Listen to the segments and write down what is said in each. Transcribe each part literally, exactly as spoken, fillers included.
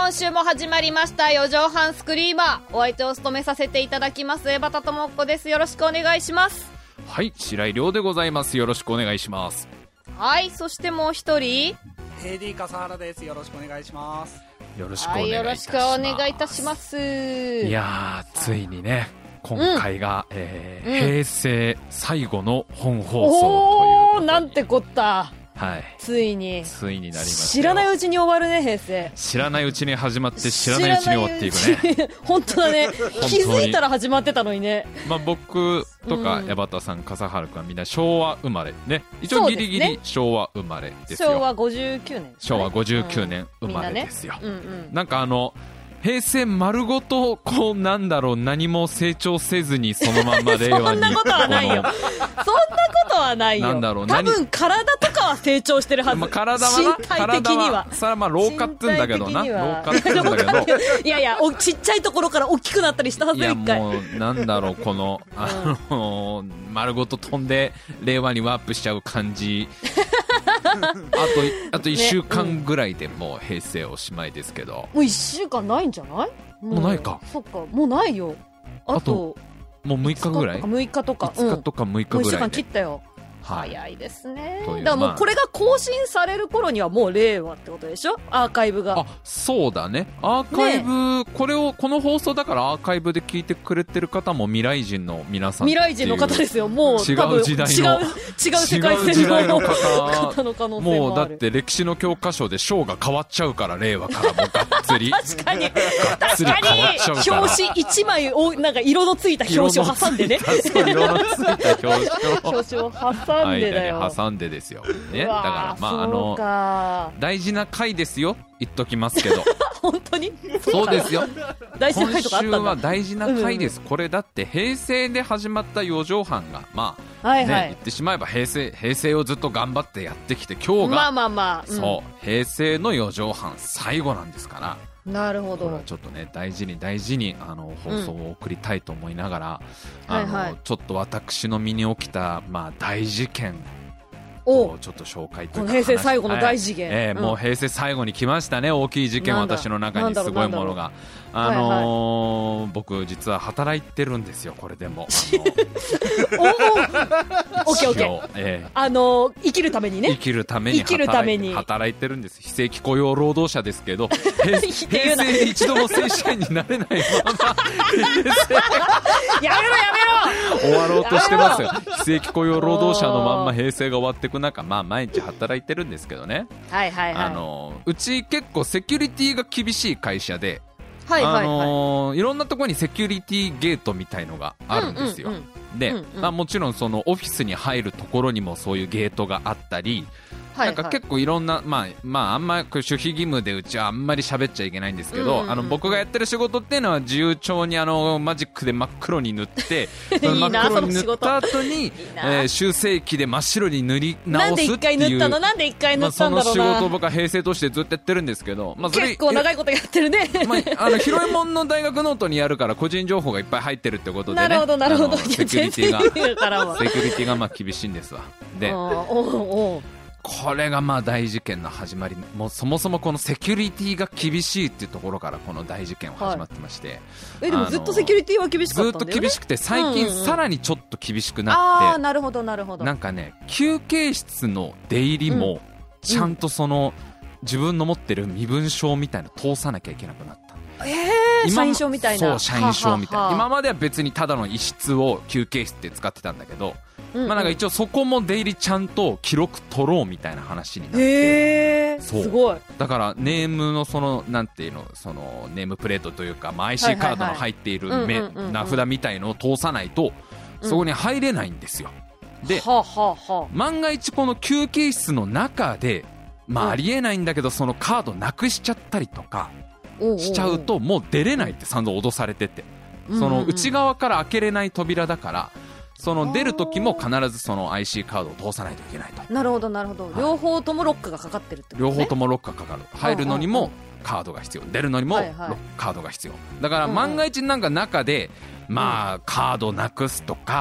今週も始まりました四畳半スクリーマー。お相手を務めさせていただきます江端智子です。よろしくお願いします。 はい、白井亮でございます。よろしくお願いします。 はい、そしてもう一人エーディー 笠原です。よろしくお願いします。 よろしくお願いいたします。はい、よろしくお願いいたします。 いやー、ついにね、今回が、うんえーうん、平成最後の本放送ということで、おー、なんてこった。 はい、 ついについになりました。 知らないうちに終わるね、平成。 知らないうちに始まって知らないうちに終わっていくね。 本当だね。気づいたら始まってたのにね。 まあ、僕とか矢端さん、笠原君はみんな昭和生まれね。一応ギリギリ昭和生まれですよ。 昭和ごじゅうきゅうねん、ね、 昭和ごじゅうきゅうねん生まれですよ。 うんうん、 なんかあの平成丸ごとこうなんだろう、何も成長せずにそのまんま令和にそんなことはないよ。そんなことはないよ。 なんだろう、 多分体とかは成長してるはず。 まあ、体はな、 身体的にはそれはまあ老化って言うんだけどな、老化って言うんだけどいやいや、おちっちゃいところから大きくなったりしたはずよ。 いやもうなんだろう、このあの丸ごと飛んで令和にワープしちゃう感じあとあといっしゅうかんぐらいでもう平成おしまいですけど、ね、 もういっしゅうかんないんじゃない？ もうないか。 そっか、もうないよ。あと、 あともうむいかぐらい、 むいかとかいつかとかむいかぐらいで、 もういっしゅうかん切ったよ。 はい、 早いですね。 だからもうこれが更新される頃にはもう令和ってことでしょ、アーカイブが。 あ、そうだね、アーカイブ、ね、これをこの放送だからアーカイブで聞いてくれてる方も未来人の皆さん、 未来人の方ですよ。もう違う時代の違う違う世界線の方の可能性もある。 もうだって歴史の教科書で章が変わっちゃうから、令和からもうがっつり確かにがっつり変わっちゃうから、 表紙いちまいをなんか色のついた表紙を挟んでね、 色のついた表紙を表紙を挟んでだよ。 挟んでですよ、ね、だからまああの大事な回ですよ、言っときますけど本当にそうですよ。 大事な回とかあったんだ。 今週は大事な回です、うんうん、これだって平成で始まった四畳半がまあ、 はいはい、 ね、言ってしまえば平成平成をずっと頑張ってやってきて、今日がまあまあまあ、 うん、そう平成の四畳半最後なんですから、 なるほど。 これはちょっとね、大事に大事にあの放送を送りたいと思いながら、うん、あの、はいはい、ちょっと私の身に起きた、まあ、大事件をちょっと紹介というか、 平成最後の大事件、 はい、えーうん、もう平成最後に来ましたね、大きい事件、私の中にすごいものが、あのーはいはい、僕実は働いてるんですよ、これでも。 おおオッケーオッケー、えー、あのー、生きるためにね、 生きるために生きるために働いてるんです。非正規雇用労働者ですけど、平成で一度も正社員になれないままやめろやめろ終わろうとしてますよ。非正規雇用労働者のまんま平成が終わっていく中、まあ毎日働いてるんですけどね、 はいはいはい、 あのうち結構セキュリティが厳しい会社で、 はいはいはい、 あのー、いろんなところにセキュリティゲートみたいのがあるんですよ、うんうんうん、で、うんうん、まあ、もちろんそのオフィスに入るところにもそういうゲートがあったり、はいはい、なんか結構いろんな、まあまあ、あんまり守秘義務でうちはあんまり喋っちゃいけないんですけど、うんうんうん、あの僕がやってる仕事っていうのは自由帳にあのマジックで真っ黒に塗ってその真っ黒に塗った後にいい、えー、修正器で真っ白に塗り直すっていう、 なんで一回塗ったの、なんで一回塗ったんだろうな、 まあ、その仕事を僕は平成としてずっとやってるんですけど、まあ、それ結構長いことやってるね、 まあ、あの広いもんの大学ノートにやるから個人情報がいっぱい入ってるってことでね、 なるほどなるほど、 セキュリティがセキュリティがまあ厳しいんですわ。で、おこれがまあ大事件の始まり、もうそもそもこのセキュリティが厳しいっていうところからこの大事件は始まってまして、はい、 えでもずっとセキュリティは厳しかったんだよね。 ずっと厳しくて最近さらにちょっと厳しくなって、 うんうんうん、あーなるほどなるほど、 なんかね休憩室の出入りもちゃんとその、うん、自分の持ってる身分証みたいなの通さなきゃいけなくなった。 えー、社員証みたいな。 そう社員証みたいな、ははは今までは別にただの一室を休憩室で使ってたんだけど、うんうん、まあ、なんか一応そこも出入りちゃんと記録取ろうみたいな話になって、 へーすごい。 だからネームのそのなんていうの、そのネームプレートというか、まあ、アイシー カードの入っている名札みたいのを通さないとそこに入れないんですよ、うん、で、はあはあはあ、万が一この休憩室の中で、まあ、ありえないんだけど、そのカードなくしちゃったりとかしちゃうともう出れないって散々脅されてて、その内側から開けれない扉だから、その出る時も必ずその アイシー カードを通さないといけないと。 なるほどなるほど、はい、両方ともロックがかかってるってことね。 両方ともロックがかかる。入るのにもカードが必要、出るのにもロックカードが必要だから、万が一なんか中でまあカードなくすとか、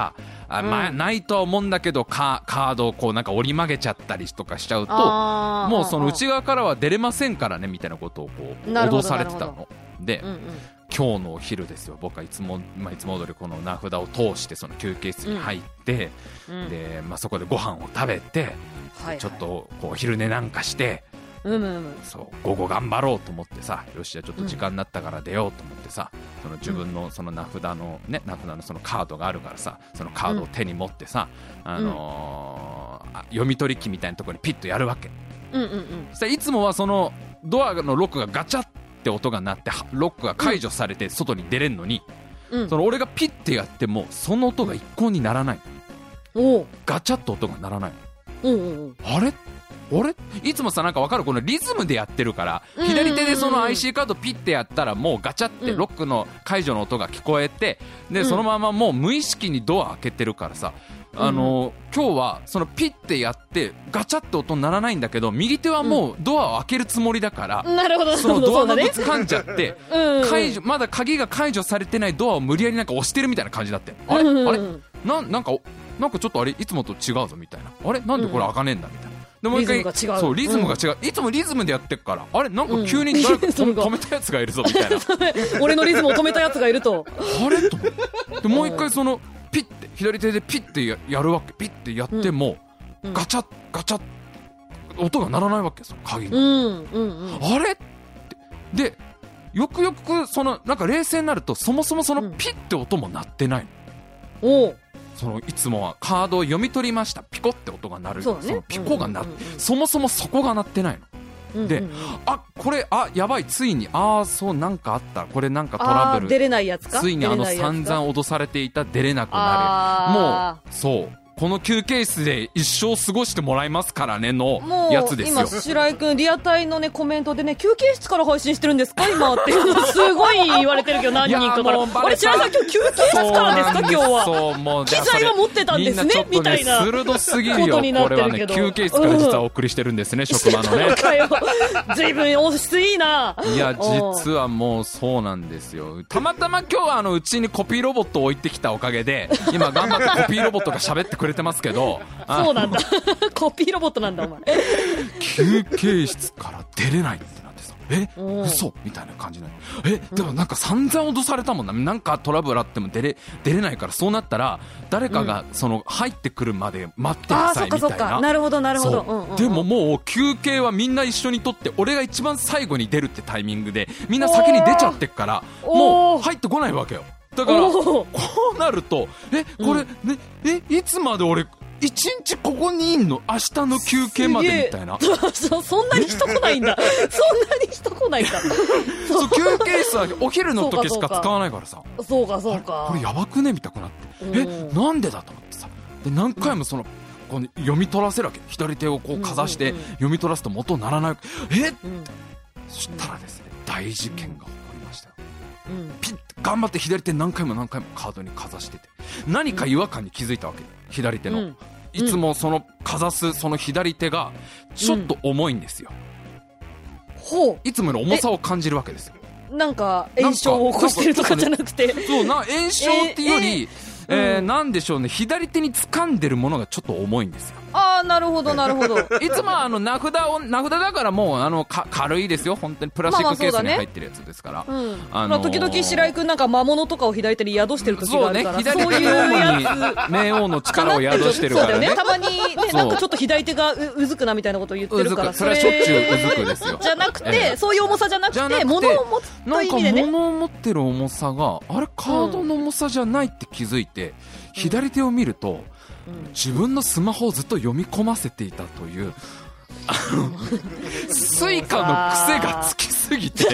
あ、まあ、ないとは思うんだけどカ、カードをこうなんか折り曲げちゃったりとかしちゃうと、もうその内側からは出れませんからねみたいなことをこう脅されてたので、うんうん、今日のお昼ですよ、僕はいつも、まあ、いつも通りこの名札を通してその休憩室に入って、うんでまあ、そこでご飯を食べて、はいはい、ちょっとこう昼寝なんかして、 うんうんうん、 そう午後頑張ろうと思ってさ、よしじゃあちょっと時間になったから出ようと思ってさ、その自分のその名札のね、名札のそのカードがあるからさ、そのカードを手に持ってさ、うん、あのー、読み取り機みたいなところにピッとやるわけ、 うんうんうん、 そしたらいつもはそのドアのロックがガチャって音が鳴ってロックが解除されて外に出れんのに、うん、その俺がピッてやってもその音が一向にならない、 おガチャッと音が鳴らない、 うんうんうん、 あれ俺いつもさなんか分かるこのリズムでやってるから、左手でその アイシー カードピッてやったらもうガチャってロックの解除の音が聞こえて、でそのままもう無意識にドア開けてるからさ、あのー、今日はそのピッてやってガチャって音にならないんだけど、右手はもうドアを開けるつもりだから、 なるほど、 そのドアノブ掴んじゃって解除、まだ鍵が解除されてないドアを無理やりなんか押してるみたいな感じだって、あれあれな、なんかなんかちょっとあれいつもと違うぞみたいな、あれなんでこれ開かねえんだみたいな、でもう一回リズムが違う、 そうリズムが違う、うん、いつもリズムでやってっから、あれなんか急に誰か、うん、止めたやつがいるぞみたいな俺のリズムを止めたやつがいるとあれと思って、もう一回そのピッて左手でピッて や, やるわけ、ピッてやっても、うん、ガチャッガチャッ音が鳴らないわけ、その鍵が、 うんうんうん、 あれってでよくよくそのなんか冷静になると、そもそもそのピッて音も鳴ってないの、 うん、おそのいつもはカードを読み取りました、ピコって音が鳴る、 そうね、 そのピコが鳴って、うんうんうん、そもそもそこが鳴ってないの、うんうん、で、あこれあやばい、ついにああそうなんかあった、これなんかトラブル、 出れないやつか、 ついにあの散々脅されていた出れなくなる、もうそうこの休憩室で一生過ごしてもらいますからねのやつですよ。 もう今白井君リアタイのねコメントでね、休憩室から配信してるんですか今っていうのすごい言われてるけど、何人かから、あれ白井さん今日休憩室からですか今日は、 そうもう機材は持ってたんですねみたいな鋭すぎるよ、これはね休憩室から実はお送りしてるんですね、うん、職場のねずいぶん音質いいな。 いや実はもうそうなんですよ、たまたま今日はあのうちにコピーロボットを置いてきたおかげで今頑張ってコピーロボットが喋ってくれてますけどそうなんだコピーロボットなんだお前休憩室から出れないってなってさ、え嘘みたいな感じなの、えでもなんか散々脅されたもんな、なんかトラブルあっても出れ出れないから、そうなったら誰かがその入ってくるまで待ってなさいみたいな、 あそっかそっか、なるほどなるほど、うんうんうん、 でももう休憩はみんな一緒にとって、俺が一番最後に出るってタイミングでみんな先に出ちゃってっからもう入ってこないわけよ。だからこうなるとえこれ、ね、えいつまで俺一日ここにいんの、明日の休憩までみたいなそ, そんなに人来ないんだそんなに人来ないかそう休憩室はお昼の時しか使わないからさ、 そうかそうか、 これやばくねみたくなって、えなんでだと思ってさ、で何回もその、こう読み取らせるわけ、左手をこうかざして読み取らすと元ならない、え、うん、そしたらですね大事件が起こりましたよ、うん、ピッ頑張って左手何回も何回もカードにかざしてて、何か違和感に気づいたわけ、左手の、うん、いつもそのかざすその左手がちょっと重いんですよ、 ほう、 いつもの重さを感じるわけですよ。 なんか炎症を起こしてるとかじゃなくて、 そうな炎症っていうより、えーえー、なんでしょうね、左手に掴んでるものがちょっと重いんですよ。 ああなるほどなるほどいつもあの名札を名札だからもうあのか軽いですよ、本当にプラスチックケースに入ってるやつですから、まあまあね、うん、 あのーまあ、時々白井君なんか魔物とかを左手に宿してる時があるから、 そうね、左手が主に冥王の力を宿してるからね、 そうだよね、たまにねなんかちょっと左手が う, うずくなみたいなことを言ってるから、 それはしょっちゅううずくですよじゃなくて、えー、そういう重さじゃなくて物を持つという意味でね、 なんか物を持ってる重さがあれカードの重さじゃないって気づいて、うん、左手を見ると、うん、自分のスマホをずっと読み込ませていたというあのスイカの癖がつきすぎて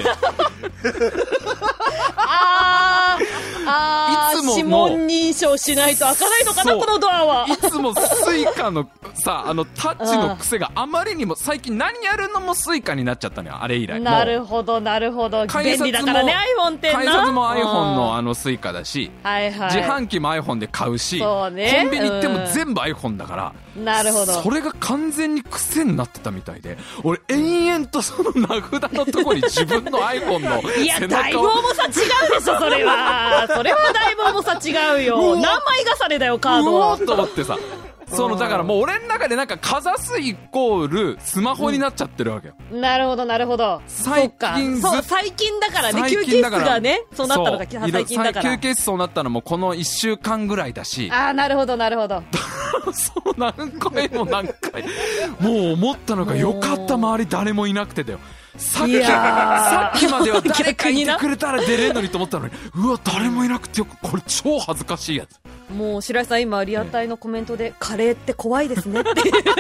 ああいつも指紋認証しないと開かないのかなこのドアは。 いつもスイカのさあのタッチの癖があまりにも最近何やるのもスイカになっちゃったのよ、あれ以来。 なるほどなるほど、便利だからね iPhone ってな。 改札も iPhone のあのスイカだし、 はいはい、 自販機も iPhone で買うし、 そうね、 コンビニ行っても全部 iPhone だから、 うん、なるほど、 それが完全に癖になってたみたいで、俺延々とその名札のところに自分の iPhone の背中をいやだいぶ重さ違うでしょそれはそれはだいぶ重さ違うよ。何枚重ねだよ、カードは。 うおーと思ってさ。その、だからもう俺の中でなんかかざすイコールスマホになっちゃってるわけよ。 うん、なるほど、なるほど。 最近そう、最近だからね、休憩室がね、そうなったのが最近だから。 休憩室そうなったのもこのいっしゅうかんぐらいだし。 ああ、なるほど、なるほど。 そう、何回も何回。もう思ったのが、よかった、周り誰もいなくてだよ。さっき、さっきまでは誰かいてくれたら出れんのにと思ったのに、うわ、誰もいなくてよ、これ超恥ずかしいやつ。 もう白井さん今リアタイのコメントで、カレーって怖いですねって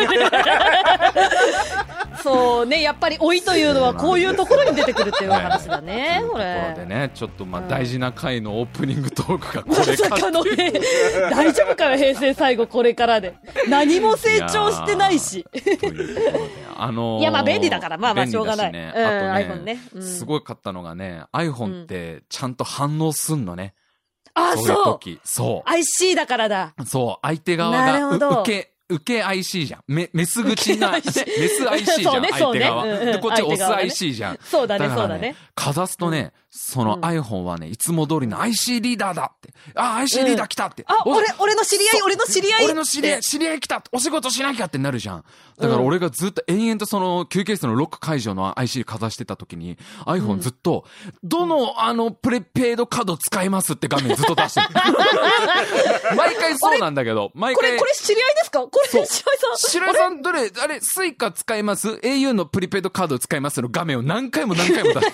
そうね、やっぱり老いというのはこういうところに出てくるっていう話だね。これところでね、ちょっとまあ大事な回のオープニングトークがこれから、まさかのね、 大丈夫かよ、平成最後これからで何も成長してないしというところで、あのー、 いやまあ便利だから、まあまあしょうがない、 ね、 うん、 あとね、 iPhone ね、うん、 すごい買ったのがね、 iPhone ってちゃんと反応すんのね、 うん、あ、 そういう時、そうアイシー だからだ。 そう、相手側が受け受け アイシー じゃん。メ、メス口な、メス アイシー じゃん、ね、相手側、ね、うんうん。で、こっちオス アイシー じゃん。 そうだね、 だそうだね。 かざすとね、うん、その iPhone はね、いつも通りの アイシー リーダーだって。あ、アイシー リーダー来たって。 うん、あ、俺、俺の知り合い、俺の知り合い。 俺の知り合い、知り合い来た。お仕事しなきゃってなるじゃん。だから俺がずっと延々とその休憩室のロック解除の アイシー かざしてた時に、iPhone ずっと、どのあのプレペイドカード使いますって画面ずっと出してる。毎回そうなんだけど、毎回。 これ、これ知り合いですか？これ、白井さん。 白井さん、どれ、あれ、スイカ使います？ エーユー のプリペイドカード使いますの画面を何回も何回も出して。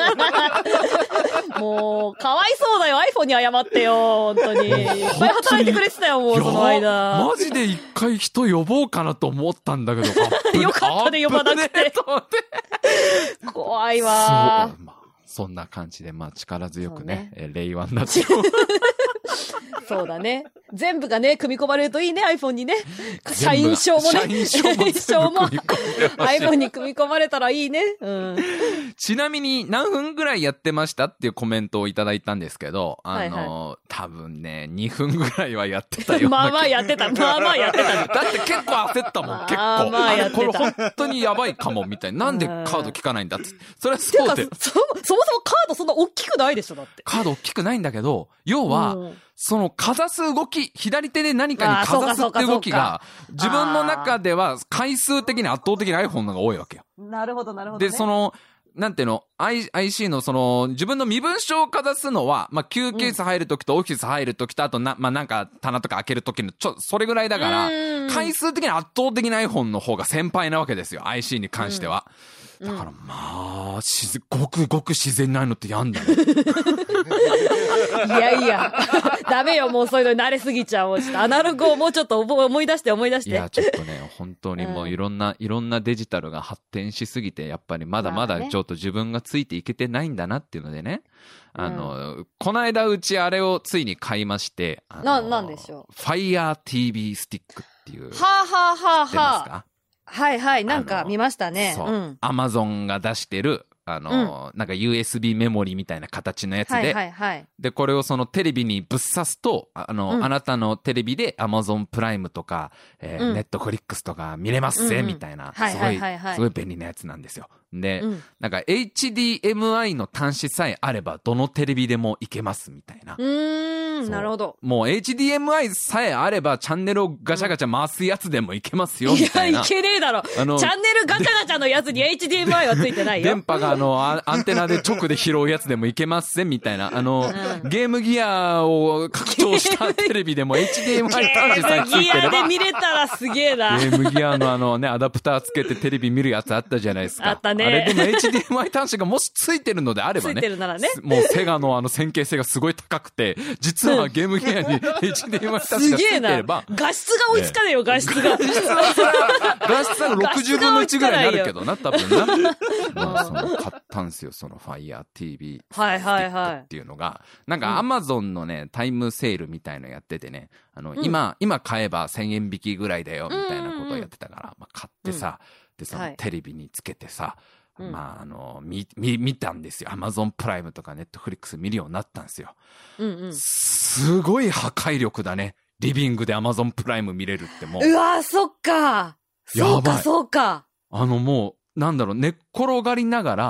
もう、かわいそうだよ。iPhone に謝ってよ。本当に。いっぱい働いてくれてたよ、もう、その間。 マジで一回人呼ぼうかなと思ったんだけど。 よかったね、呼ばなくて。怖いわ。 そう、まあ、そんな感じで、まあ、力強くね、ね、令和になって。 そうだね。全部がね、組み込まれるといいね、iPhone にね。社員証もね。 社員証も。 iPhone に組み込まれたらいいね。うん。 ちなみに何分ぐらいやってましたっていうコメントをいただいたんですけど、あの、はいはい、多分ね、にふんぐらいはやってたよ。 まあまあやってた。まあまあやってた。 だって結構焦ったもん、結構。 まあまあやってた。 これ本当にやばいかも、みたいな。なんでカード効かないんだって。それはそうで。 そ、そもそもカードそんな大きくないでしょ、だって。 カード大きくないんだけど、要は、うん、そのかざす動き、左手で何かにかざすって動きが、自分の中では回数的に圧倒的に iPhone の方が多いわけよ。 なるほど、なるほど、ね。 で、その、なんていうの、アイシー のその、自分の身分証をかざすのは、まあ、休憩室入るときとオフィス入るときと、あとな、まあ、なんか棚とか開けるときの、ちょ、それぐらいだから、回数的に圧倒的な iPhone の方が先輩なわけですよ。アイシー に関しては。だからまあ、しごくごく自然ないのってやんだね。 いやいや、ダメよ、もうそういうのに慣れすぎちゃう。アナログをもうちょっと思い出して思い出して。 いや、ちょっとね、本当にもういろんな、うん、いろんなデジタルが発展しすぎて、やっぱりまだまだちょっと自分がついていけてないんだなっていうのでね。あの、うん、この間うちあれをついに買いまして、 な、なんでしょう。 Fire ティーブイ スティックっていう。 はあ、はあはあはあ、 知ってますか？ はいはい、なんか見ましたね。 そう。うん、アマゾンが出してる、あの、うん、なんか ユーエスビー メモリーみたいな形のやつで、 はいはいはい、で、 これをそのテレビにぶっ刺すと、あの、うん、あなたのテレビで Amazon プライムとか、えーうん、Netflix とか見れますぜ、うん、みたいな、すごい、すごい便利なやつなんですよ。で、うん、なんか エイチディーエムアイ の端子さえあれば、どのテレビでもいけますみたいな。 うーん、なるほど。 もう エイチディーエムアイ さえあれば、チャンネルをガチャガチャ回すやつでもいけますよ、みたいな。 いや、いけねえだろ。あのチャンネルガチャガチャのやつに エイチディーエムアイ はついてないよ。 電波があの、アンテナで直で拾うやつでもいけますぜ、みたいな。あの、うん、ゲームギアを拡張したテレビでも エイチディーエムアイ 端子さえついてれば。ゲームギアで見れたらすげえな。 ゲームギアのあのね、アダプターつけてテレビ見るやつあったじゃないですか。 あったね。 あれでも エイチディーエムアイ 端子がもしついてるのであればね。 ついてるならね。 もうセガのあの線形性がすごい高くて、実はゲームギアに エイチディーエムアイ 端子がついてれば。 画質が追いつかねえよ、画質が。 画質は、画質はろくじゅうぶんのいちぐらいになるけどな、多分な。まあ、その、買ったんですよ、その Fire ティーブイはいはいはい。 っていうのが。なんか Amazon のね、タイムセールみたいのやっててね、あの、今、今買えばせんえん引きぐらいだよ、みたいなことをやってたから、まあ、買ってさ、で、そのテレビにつけてさ、うん、まあ、あの、み、み、見たんですよ。アマゾンプライムとかネットフリックス見るようになったんですよ。 うんうん。 すごい破壊力だね。リビングでアマゾンプライム見れるってもう。 うわー、そっか。そうか、そうか。 あのもう、なんだろう、寝っ転がりながら、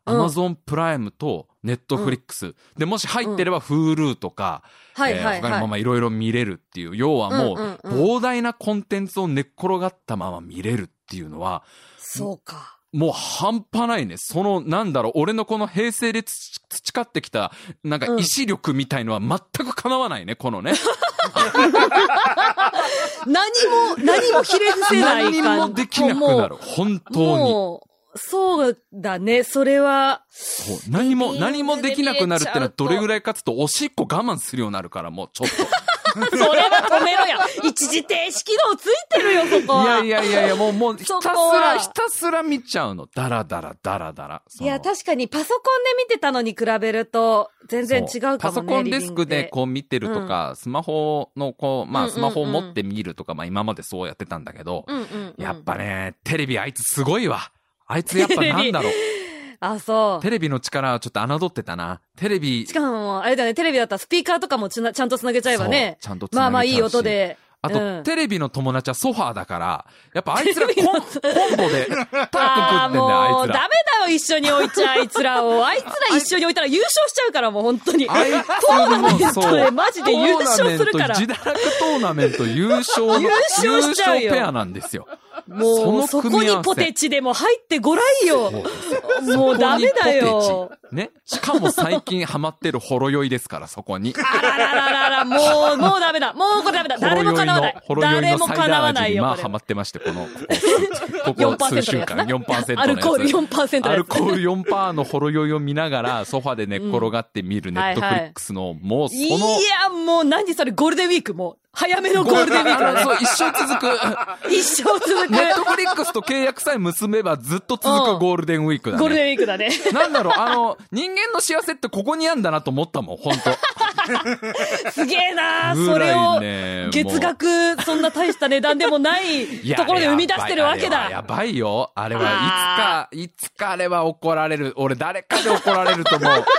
アマゾンプライムとネットフリックス、うん、でもし入ってれば Hulu とか、うん、えー、はいはいはい、他にもまあいろいろ見れるっていう、要はもう膨大なコンテンツを寝っ転がったまま見れるっていうのは、 そうか。 もう半端ないね。その、なんだろう、俺のこの平成で培ってきた、なんか意志力みたいのは全く叶わないね、このね。 何も、何もひれ伏せない感じ。 何もできなくなる。本当に。もうそうだね、それは。 そう。何も、何もできなくなるってのはどれぐらいかつと、おしっこ我慢するようになるから、もうちょっと。 それは止めろや。一時停止機能ついてるよ、そこは。 いやいやいやいや、もう、もう、ひたすら、ひたすら見ちゃうの。だらだら、だらだら。 いや、確かにパソコンで見てたのに比べると、全然違うかもね。 パソコンデスクでこう見てるとか、うん、スマホのこう、まあ、スマホを持って見るとか、まあ、今までそうやってたんだけど、うんうんうん、やっぱね、テレビあいつすごいわ。あいつやっぱなんだろう。 あ、そう。 テレビの力はちょっと侮ってたな。テレビ。 しかも、あれだね、テレビだったらスピーカーとかもちなちゃんと繋げちゃえばね。 ちゃんと繋げちゃうし。 まあまあいい音で。 あと、うん、テレビの友達はソファーだから、やっぱあいつらコンコンボで、タッグ食ってんだよ、あいつら。 もう、ダメだよ、一緒に置いちゃ、あいつらを。あいつら一緒に置いたら優勝しちゃうから、もう本当に。 あいつトーナメントでマジで優勝するから。 自堕落トーナメント優勝の、優勝しちゃうよ。優勝ペアなんですよ。 もう、そこにポテチでも入ってごらんよ。もうダメだよ。 ね。しかも最近ハマってるほろ酔いですから、そこに。 あららららら、もう、もうダメだ。もうこれダメだ。誰も叶わない。誰も叶わないよ。 まあハマってまして、この、ここ、ここ数週間、よんパーセント のやつ。 アルコール よんパーセント のやつ。アルコール よんパーセント のほろ酔いを見ながら、ソファで寝っ転がって見るネットフリックスの、もうその。いや、もう何それ、ゴールデンウィークもう。早めのゴールデンウィークだね。 そう、一生続く。 一生続く。 ネットフリックスと契約さえ結べばずっと続くゴールデンウィークだね。 ゴールデンウィークだね。 なんだろう、あの、人間の幸せってここにあんだなと思ったもん、ほんと。 すげえなー、それを、月額、そんな大した値段でもないところで生み出してるわけだ。 やばいよ。あれはいつか、いつかあれは怒られる。俺誰かで怒られると思う。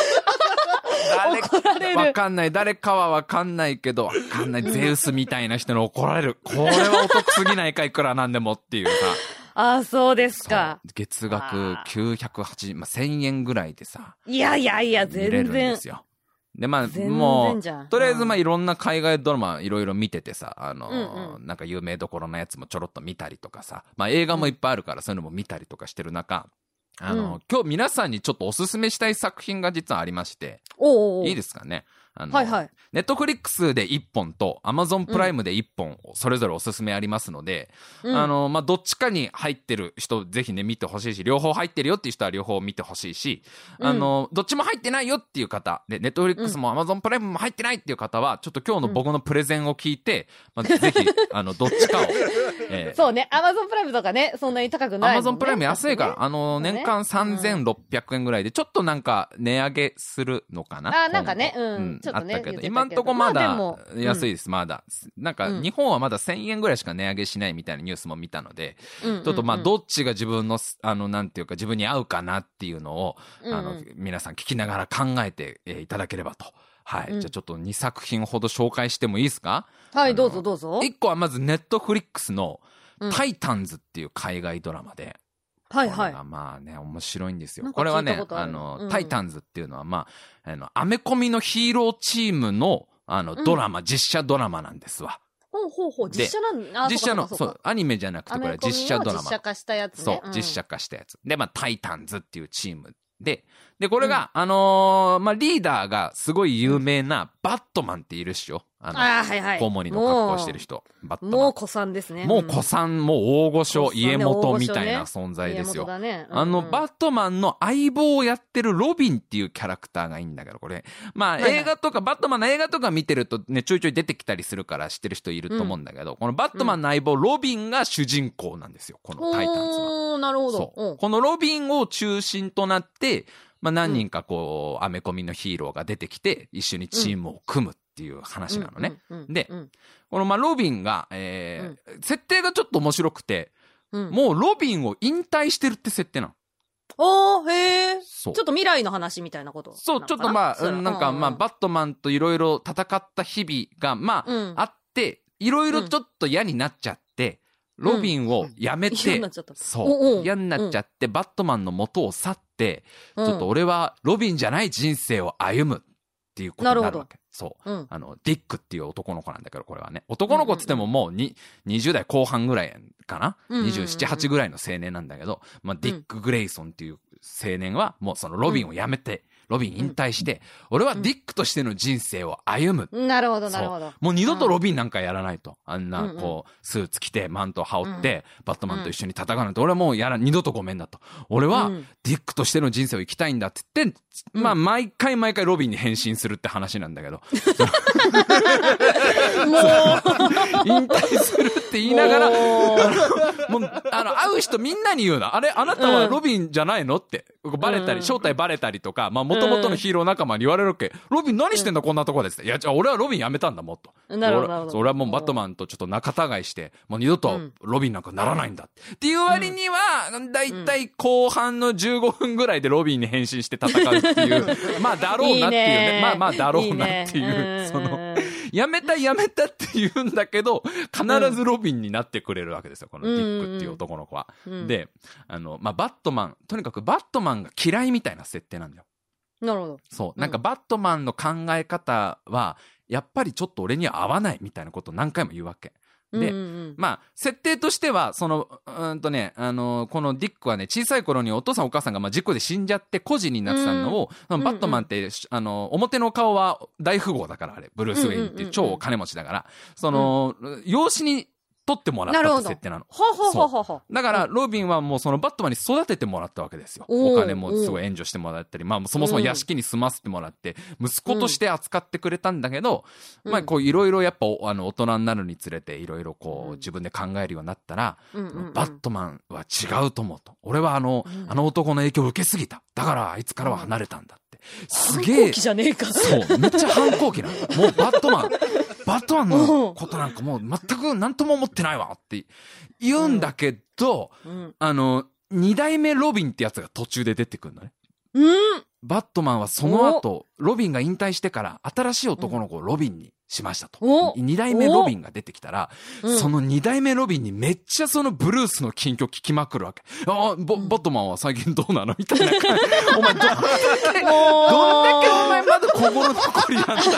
怒られる。 わかんない。誰かはわかんないけど、わかんない。ゼウスみたいな人に怒られる。これはお得すぎないか、いくらなんでもっていうさ。 ああ、そうですか。 月額きゅうひゃくはちじゅう、まあ、せんえんぐらいでさ。 いやいやいや、全然。見れるんですよ。 で、まあ、もう、とりあえず、まあ、いろんな海外ドラマいろいろ見ててさ、あの、うんうん、なんか有名どころのやつもちょろっと見たりとかさ、まあ、映画もいっぱいあるから、そういうのも見たりとかしてる中、あの、うん、今日皆さんにちょっとおすすめしたい作品が実はありまして、 おうおういいですかね。あの、 はいはい。 ネットフリックスでいっぽんとアマゾンプライムでいっぽん、それぞれおすすめありますので、うん、あの、まあ、どっちかに入ってる人ぜひね見てほしいし、両方入ってるよっていう人は両方見てほしいし、うん、あの、どっちも入ってないよっていう方、で、ネットフリックスもアマゾンプライムも入ってないっていう方は、ちょっと今日の僕のプレゼンを聞いて、うん、まあ、ぜひ、あの、どっちかを。 えー、そうね、アマゾンプライムとかね、そんなに高くないもんね。 アマゾンプライム安いから、ね、あの、年間さんぜんろっぴゃくえんぐらいで、ちょっとなんか値上げするのかな。 あ、なんかね、うん、うん、ちょっとね。 あったけど、今んとこまだ安いです、まだ。なんか、日本はまだせんえんぐらいしか値上げしないみたいなニュースも見たので、ちょっとまあ、どっちが自分の、あの、なんていうか、自分に合うかなっていうのを、あの、皆さん聞きながら考えていただければと。はい。じゃあちょっとにさく品ほど紹介してもいいですか？ はい、どうぞどうぞ。 いっこはまず、ネットフリックスの、タイタンズっていう海外ドラマで、 はいはい。 これがまあね、面白いんですよ。これはね、あの、うん、タイタンズっていうのは、まあ、あの、アメコミのヒーローチームの、あの、ドラマ、うん、実写ドラマなんですわ。 ほうほうほう、実写なんだ。 実写の、そう、アニメじゃなくて、これは実写ドラマ。 実写化したやつね。 そう、うん、実写化したやつ。で、まあ、タイタンズっていうチームで、で、これが、うん、あのー、まあ、リーダーがすごい有名なバットマンっているっしょ。あの、 あ、はいはい。 コウモリの格好してる人。バットマン。 もう古参ですね。 もう古参、もう大御所、家元みたいな存在ですよ。 ねねうんうん、 あの、バットマンの相棒をやってるロビンっていうキャラクターがいいんだけど、これ。まあ、はいはい、映画とか、バットマンの映画とか見てるとね、ちょいちょい出てきたりするから知ってる人いると思うんだけど、うん、このバットマンの相棒、ロビンが主人公なんですよ。このタイタンズは。 おー、なるほど。 そう。このロビンを中心となって、まあ何人かこう、アメコミのヒーローが出てきて、一緒にチームを組むっていう話なのね。で、このまあロビンが、えーうん、設定がちょっと面白くて、うん、もうロビンを引退してるって設定なの。 おー、へー。そう。ちょっと未来の話みたいなことなのかな。 そう、ちょっとまあ、なんかまあ、バットマンといろいろ戦った日々が、まあ、うん、あって、いろいろちょっと嫌になっちゃって、ロビンを辞めて、 うん、嫌になっちゃった。 そう。嫌になっちゃって、バットマンの元を去って、 、ちょっと俺はロビンじゃない人生を歩むっていうことになるわけ。そう、うん。あの、ディックっていう男の子なんだけど、これはね。男の子っつってももうに、にじゅう代後半ぐらいかな、うんうんうん、にじゅうなな、はちぐらいの青年なんだけど、まあ、ディック・グレイソンっていう青年はもうそのロビンを辞めて、うん、ロビン引退して、うん、俺はディックとしての人生を歩む。 なるほど、なるほど。 もう二度とロビンなんかやらないと。あんな、こう、スーツ着て、マント羽織って、うん、バットマンと一緒に戦うなんて、俺はもうやら、二度とごめんだと。俺は、ディックとしての人生を生きたいんだって言って、うん、まあ、毎回毎回ロビンに変身するって話なんだけど。もう、引退するって言いながら、もう、あの、会う人みんなに言うな。あれ、あなたはロビンじゃないのって。バレたり、正体バレたりとか、まあ、元々のヒーロー仲間に言われるわけ。ロビン何してんだ、こんなとこでって。いや、じゃあ俺はロビンやめたんだ、もっと。 なるほど。 俺はもうバットマンとちょっと仲違いして、もう二度とロビンなんかならないんだ。っていう割には、だいたい後半のじゅうごふんぐらいでロビンに変身して戦うっていう、まあ、だろうなっていうね。まあまあ、だろうなっていう、その、やめたやめたって言うんだけど、必ずロビンになってくれるわけですよ、このディックっていう男の子は。で、あの、まあ、バットマン、とにかくバットマンが嫌いみたいな設定なんだよ。 なるほど。 そう。なんかバットマンの考え方は、やっぱりちょっと俺には合わないみたいなことを何回も言うわけ。で、うんうん、まあ、設定としては、その、うんとね、あの、このディックはね、小さい頃にお父さんお母さんがまあ事故で死んじゃって孤児になってたのを、うん、バットマンって、うんうん、あの、表の顔は大富豪だから、あれ、ブルース・ウェインっていう超金持ちだから、その、うん、養子に、取ってもらったって設定なの。 はははは。 だから、ロビンはもうそのバットマンに育ててもらったわけですよ。お金もすごい援助してもらったり、まあそもそも屋敷に住ませてもらって、息子として扱ってくれたんだけど、うん、まあこういろいろやっぱあの大人になるにつれていろいろこう自分で考えるようになったら、うん、バットマンは違うと思うと。俺はあの、うん、あの男の影響を受けすぎた。だからあいつからは離れたんだって。すげえ。 反抗期じゃねえか。 そう、めっちゃ反抗期なの。もうバットマン。バットマンのことなんかもう全く何とも思ってないわって言うんだけど、うん、あの、二代目ロビンってやつが途中で出てくるのね。 うん、 バットマンはその後、ロビンが引退してから新しい男の子をロビンにしましたと。二代目ロビンが出てきたら、その二代目ロビンにめっちゃそのブルースの近況聞きまくるわけ。ああ、バットマンは最近どうなのみたいな感じ。お前どんだけ、どんだけお前まだ心残りなんだよって。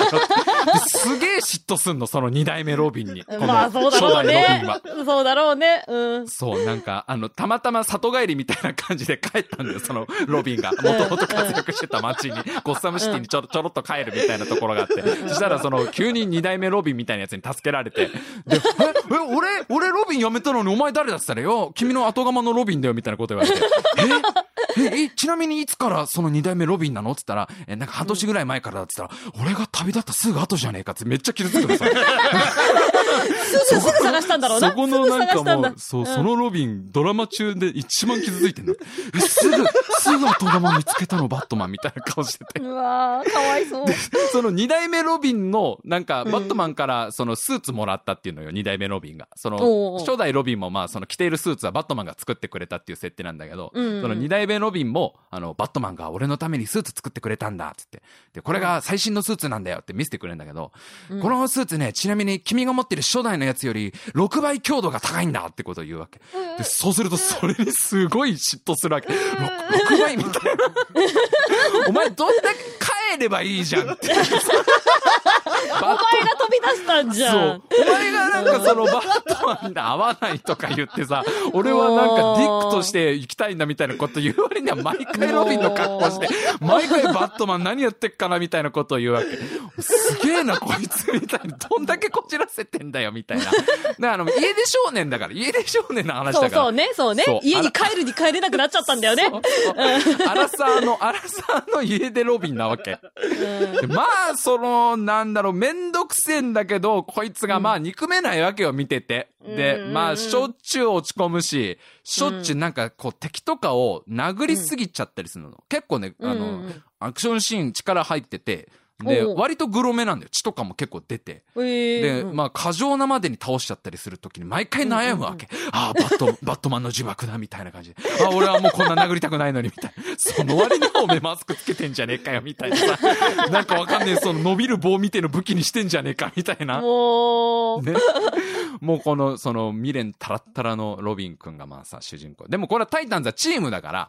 すげえ嫉妬すんの、その二代目ロビンに。 まあそうだろうね。そうだろうね。うん。 そう、なんか、あの、たまたま里帰りみたいな感じで帰ったんだよ、そのロビンが。もともと活躍してた街に、ゴッサムシティにちょろちょろっと帰るみたいなところがあって。そしたらその、急に二代目ロビンみたいなやつに助けられて。で、え、え、俺、俺ロビン辞めたのにお前誰だって言ったらよ、君の後釜のロビンだよみたいなこと言われて。ええ、え、ちなみにいつからその二代目ロビンなのって言ったら、え、なんか半年ぐらい前からだって言ったら、俺が旅立ったすぐ後じゃねえかってめっちゃ傷つくのさ。 すぐ、すぐ探したんだろうな。 そこのなんかもう、そう、そのロビン、ドラマ中で一番傷ついてんの。え、すぐ、すぐ後釜見つけたのバットマンみたいな顔してて。 うわー、かわいそう。 その二代目ロビンの、なんか、バットマンからそのスーツもらったっていうのよ、二代目ロビンが。その、初代ロビンもまあ、その着ているスーツはバットマンが作ってくれたっていう設定なんだけど、その二代目ロビンも、あの、バットマンが俺のためにスーツ作ってくれたんだ、つって。で、これが最新のスーツなんだよって見せてくれるんだけど、このスーツね、ちなみに君が持ってる初代のやつよりろくばい強度が高いんだってことを言うわけ。で、そうするとそれにすごい嫉妬するわけ。ろくばいみたいな。お前どんだけ帰ればいいじゃんって。 お前が飛び出したんじゃん。 そう。お前がなんかそのバットマンに合わないとか言ってさ、俺はなんかディックとして行きたいんだみたいなこと言う割には毎回ロビンの格好して、毎回バットマン何やってっかなみたいなことを言うわけ。すげえなこいつみたいな。どんだけこじらせてんだよみたいな。で、あの、家出少年だから、家出少年の話だから。 そうそうね、そうね。そう家に帰るに帰れなくなっちゃったんだよね。そうそうアラサーの、アラサーの家出ロビンなわけ。でまあ、その、なんだろう、めんどくせえんだけど、こいつがまあ、憎めないわけよ、見てて。で、まあ、しょっちゅう落ち込むし、しょっちゅうなんか、こう、敵とかを殴りすぎちゃったりするの。結構ね、あの、アクションシーン力入ってて、で、割とグロめなんだよ。血とかも結構出て。 えー、 で、まあ、過剰なまでに倒しちゃったりするときに毎回悩むわけ。ああ、バット、バットマンの呪縛だ、みたいな感じで。ああ、俺はもうこんな殴りたくないのに、みたいな。その割におめマスクつけてんじゃねえかよ、みたいなさ。なんかわかんねえ、その伸びる棒みてえの武器にしてんじゃねえか、みたいな。 もう。 ね。もうこの、その未練タラッタラのロビン君がまあさ、主人公。でもこれはタイタンズはチームだから、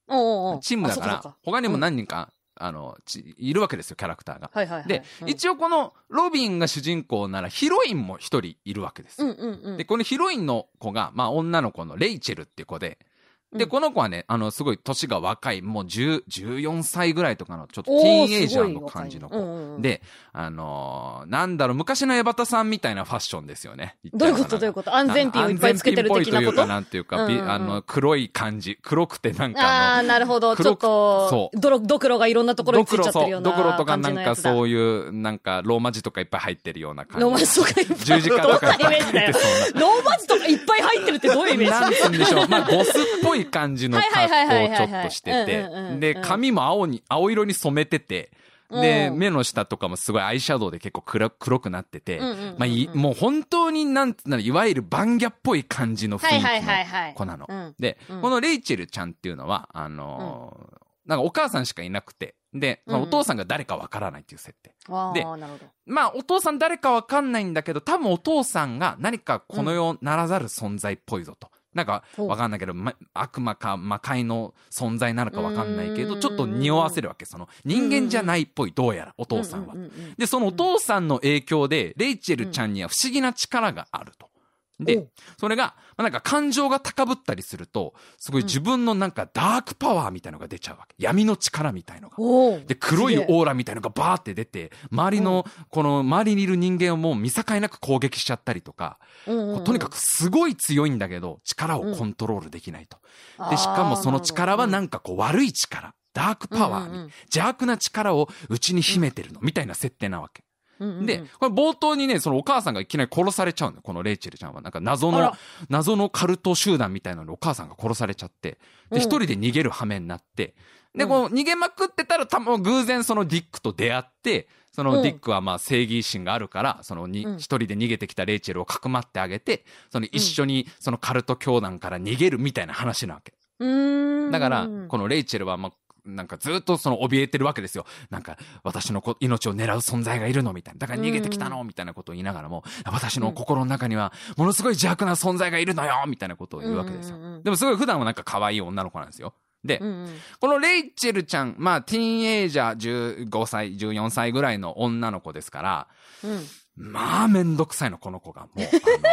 おうおうチームだから、 あそうかそうか他にも何人か、うん、あの、ちいるわけですよ、キャラクターが。 はいはいはい。 で、うん、一応このロビンが主人公ならヒロインも一人いるわけです。 うんうんうん。 で、このヒロインの子が、まあ女の子のレイチェルっていう子で、で、 うん、 この子はね、あの、すごい年が若い、もうじゅう、じゅうよんさいぐらいとかの、ちょっとティーンエイジャーの感じの子。うんうん、で、あのー、なんだろう、昔のエバタさんみたいなファッションですよね。 どういうことどういうこと安全ピンをいっぱいつけてる的なこと？ 安全ピンっぽいというか、なんていうか、うんうん、あの、黒い感じ。黒くてなんかああ、なるほど。ちょっと、そう。ドロ、ドクロがいろんなところについちゃってるようなドクロとか感じのやつだ。 なんかそういう、なんか、ローマ字とかいっぱい入ってるような感じ。 ローマ字とかいっぱい。 十字架とかいっぱい入ってそうな。 ローマ字とかいっぱい入ってるってどういうイメージ？ なんつうんでしょう。まあ、ボスっぽい感じの格好をちょっとしてて、で、髪も青に、青色に染めてて、で、目の下とかもすごいアイシャドウで結構黒黒くなってて、まあ、い、もう本当になんていうの、いわゆるバンギャっぽい感じの雰囲気の子なの。で、このレイチェルちゃんっていうのは、あのー、なんかお母さんしかいなくて、で、まあ、お父さんが誰かわからないっていう設定。うん、で、まあお父さん誰かわかんないんだけど、多分お父さんが何かこの世ならざる存在っぽいぞと。なんか、わかんないけど、ま、悪魔か魔界の存在なのかわかんないけど、ちょっと匂わせるわけ。その、人間じゃないっぽい、どうやら、お父さんは。で、そのお父さんの影響で、レイチェルちゃんには不思議な力があると。で、それが、まあ、なんか感情が高ぶったりすると、すごい自分のなんかダークパワーみたいのが出ちゃうわけ。闇の力みたいのが。で、黒いオーラみたいのがバーって出て、周りの、この周りにいる人間をもう見境なく攻撃しちゃったりとか、とにかくすごい強いんだけど、力をコントロールできないと。で、しかもその力はなんかこう悪い力、ダークパワーに邪悪な力を内に秘めてるの、みたいな設定なわけ。で、これ冒頭にね、そのお母さんがいきなり殺されちゃうのよ。このレイチェルちゃんは。なんか謎の、謎のカルト集団みたいなのにお母さんが殺されちゃって、で、一人で逃げる羽目になって、で、こう逃げまくってたら、たぶん偶然そのディックと出会って、そのディックはまあ正義心があるから、そのに、一人で逃げてきたレイチェルをかくまってあげて、その一緒にそのカルト教団から逃げるみたいな話なわけ。だから、このレイチェルはまあ、なんかずっとその怯えてるわけですよ。なんか私の命を狙う存在がいるのみたいな。だから逃げてきたのみたいなことを言いながらも、私の心の中にはものすごい邪悪な存在がいるのよみたいなことを言うわけですよ。でもすごい普段はなんか可愛い女の子なんですよ。で、うんうん、このレイチェルちゃん、まあティーンエイジャーじゅうごさい、じゅうよんさいぐらいの女の子ですから、うんまあ、めんどくさいの、この子が。もう、あの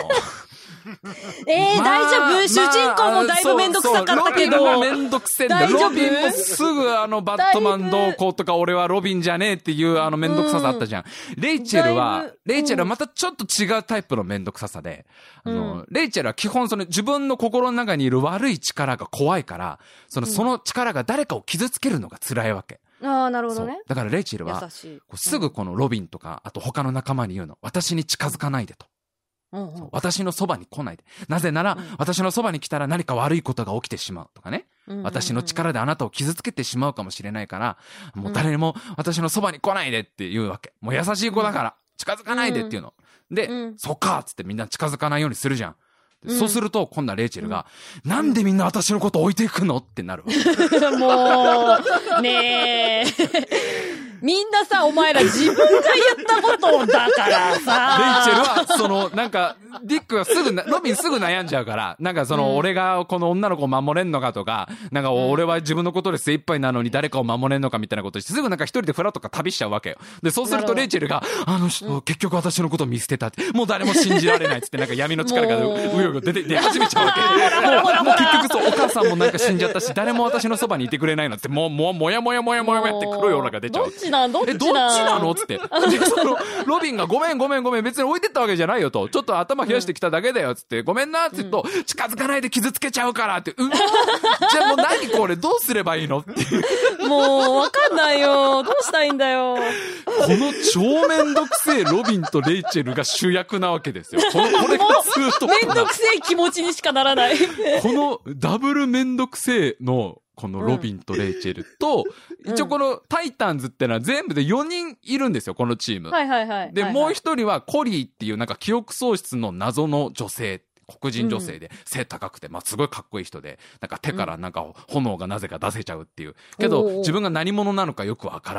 えー、まあ、大丈夫、まあ、主人公もだいぶめんどくさかったけど。 ロビンがめんどくせえんだ。ロビンもすぐあの、バットマンどうこうとか、俺はロビンじゃねえっていうあの、めんどくささあったじゃん。うん、レイチェルは、レイチェルはまたちょっと違うタイプのめんどくささで、うん、あの、レイチェルは基本その自分の心の中にいる悪い力が怖いから、その、その力が誰かを傷つけるのが辛いわけ。 ああ、なるほどね。 だからレイチェルは、こうすぐこのロビンとか、あと他の仲間に言うの。私に近づかないでと。うんうん、私のそばに来ないで。なぜなら、うん、私のそばに来たら何か悪いことが起きてしまうとかね。うんうんうん、私の力であなたを傷つけてしまうかもしれないから、もう誰にも私のそばに来ないでって言うわけ。もう優しい子だから、近づかないでっていうの。うん、で、うん、そっかーっつってみんな近づかないようにするじゃん。うん、そうすると、今度はレイチェルが、うん、なんでみんな私のこと置いていくのってなるわけ。 もう、ねえ。みんなさ、お前ら自分が言ったことだからさ。 レイチェルは、その、なんか、ディックがすぐ、ロビンすぐ悩んじゃうから、なんかその、うん、俺がこの女の子を守れんのかとか、なんか俺は自分のことで精一杯なのに誰かを守れんのかみたいなことして、すぐなんか一人でフラとか旅しちゃうわけよ。で、そうするとレイチェルが、あの人、うん、結局私のことを見捨てたって、もう誰も信じられないっつって、なんか闇の力がうようよ出て、出始めちゃうわけ。もう、もう結局そう、お母さんもなんか死んじゃったし、誰も私のそばにいてくれないのって、もう、もう、もやもやもやもやもやって黒いオーラが出ちゃう。 どっちなんどっちなんどっちなのつって。で、その、ロビンがごめんごめんごめん、別に置いてったわけじゃないよと。ちょっと頭冷やしてきただけだよ、つって。ごめんな、って言うと、うん、近づかないで傷つけちゃうからって。うわじゃあもう何これ、どうすればいいのっていう。 もう、わかんないよ。どうしたらいいんだよ。 この超めんどくせえロビンとレイチェルが主役なわけですよ。この、これがツートップ。 めんどくせえ気持ちにしかならない。 このダブルめんどくせえの、このロビンとレイチェルと、うん、一応このタイタンズってのは全部でよにんいるんですよ、このチーム。 はいはいはい。 で、 はいはい、 もう一人はコリーっていうなんか記憶喪失の謎の女性。黒人女性で背高くて、まあ、すごいかっこいい人で、なんか手からなんか炎がなぜか出せちゃうっていう。けど、自分が何者なのかよくわからないっ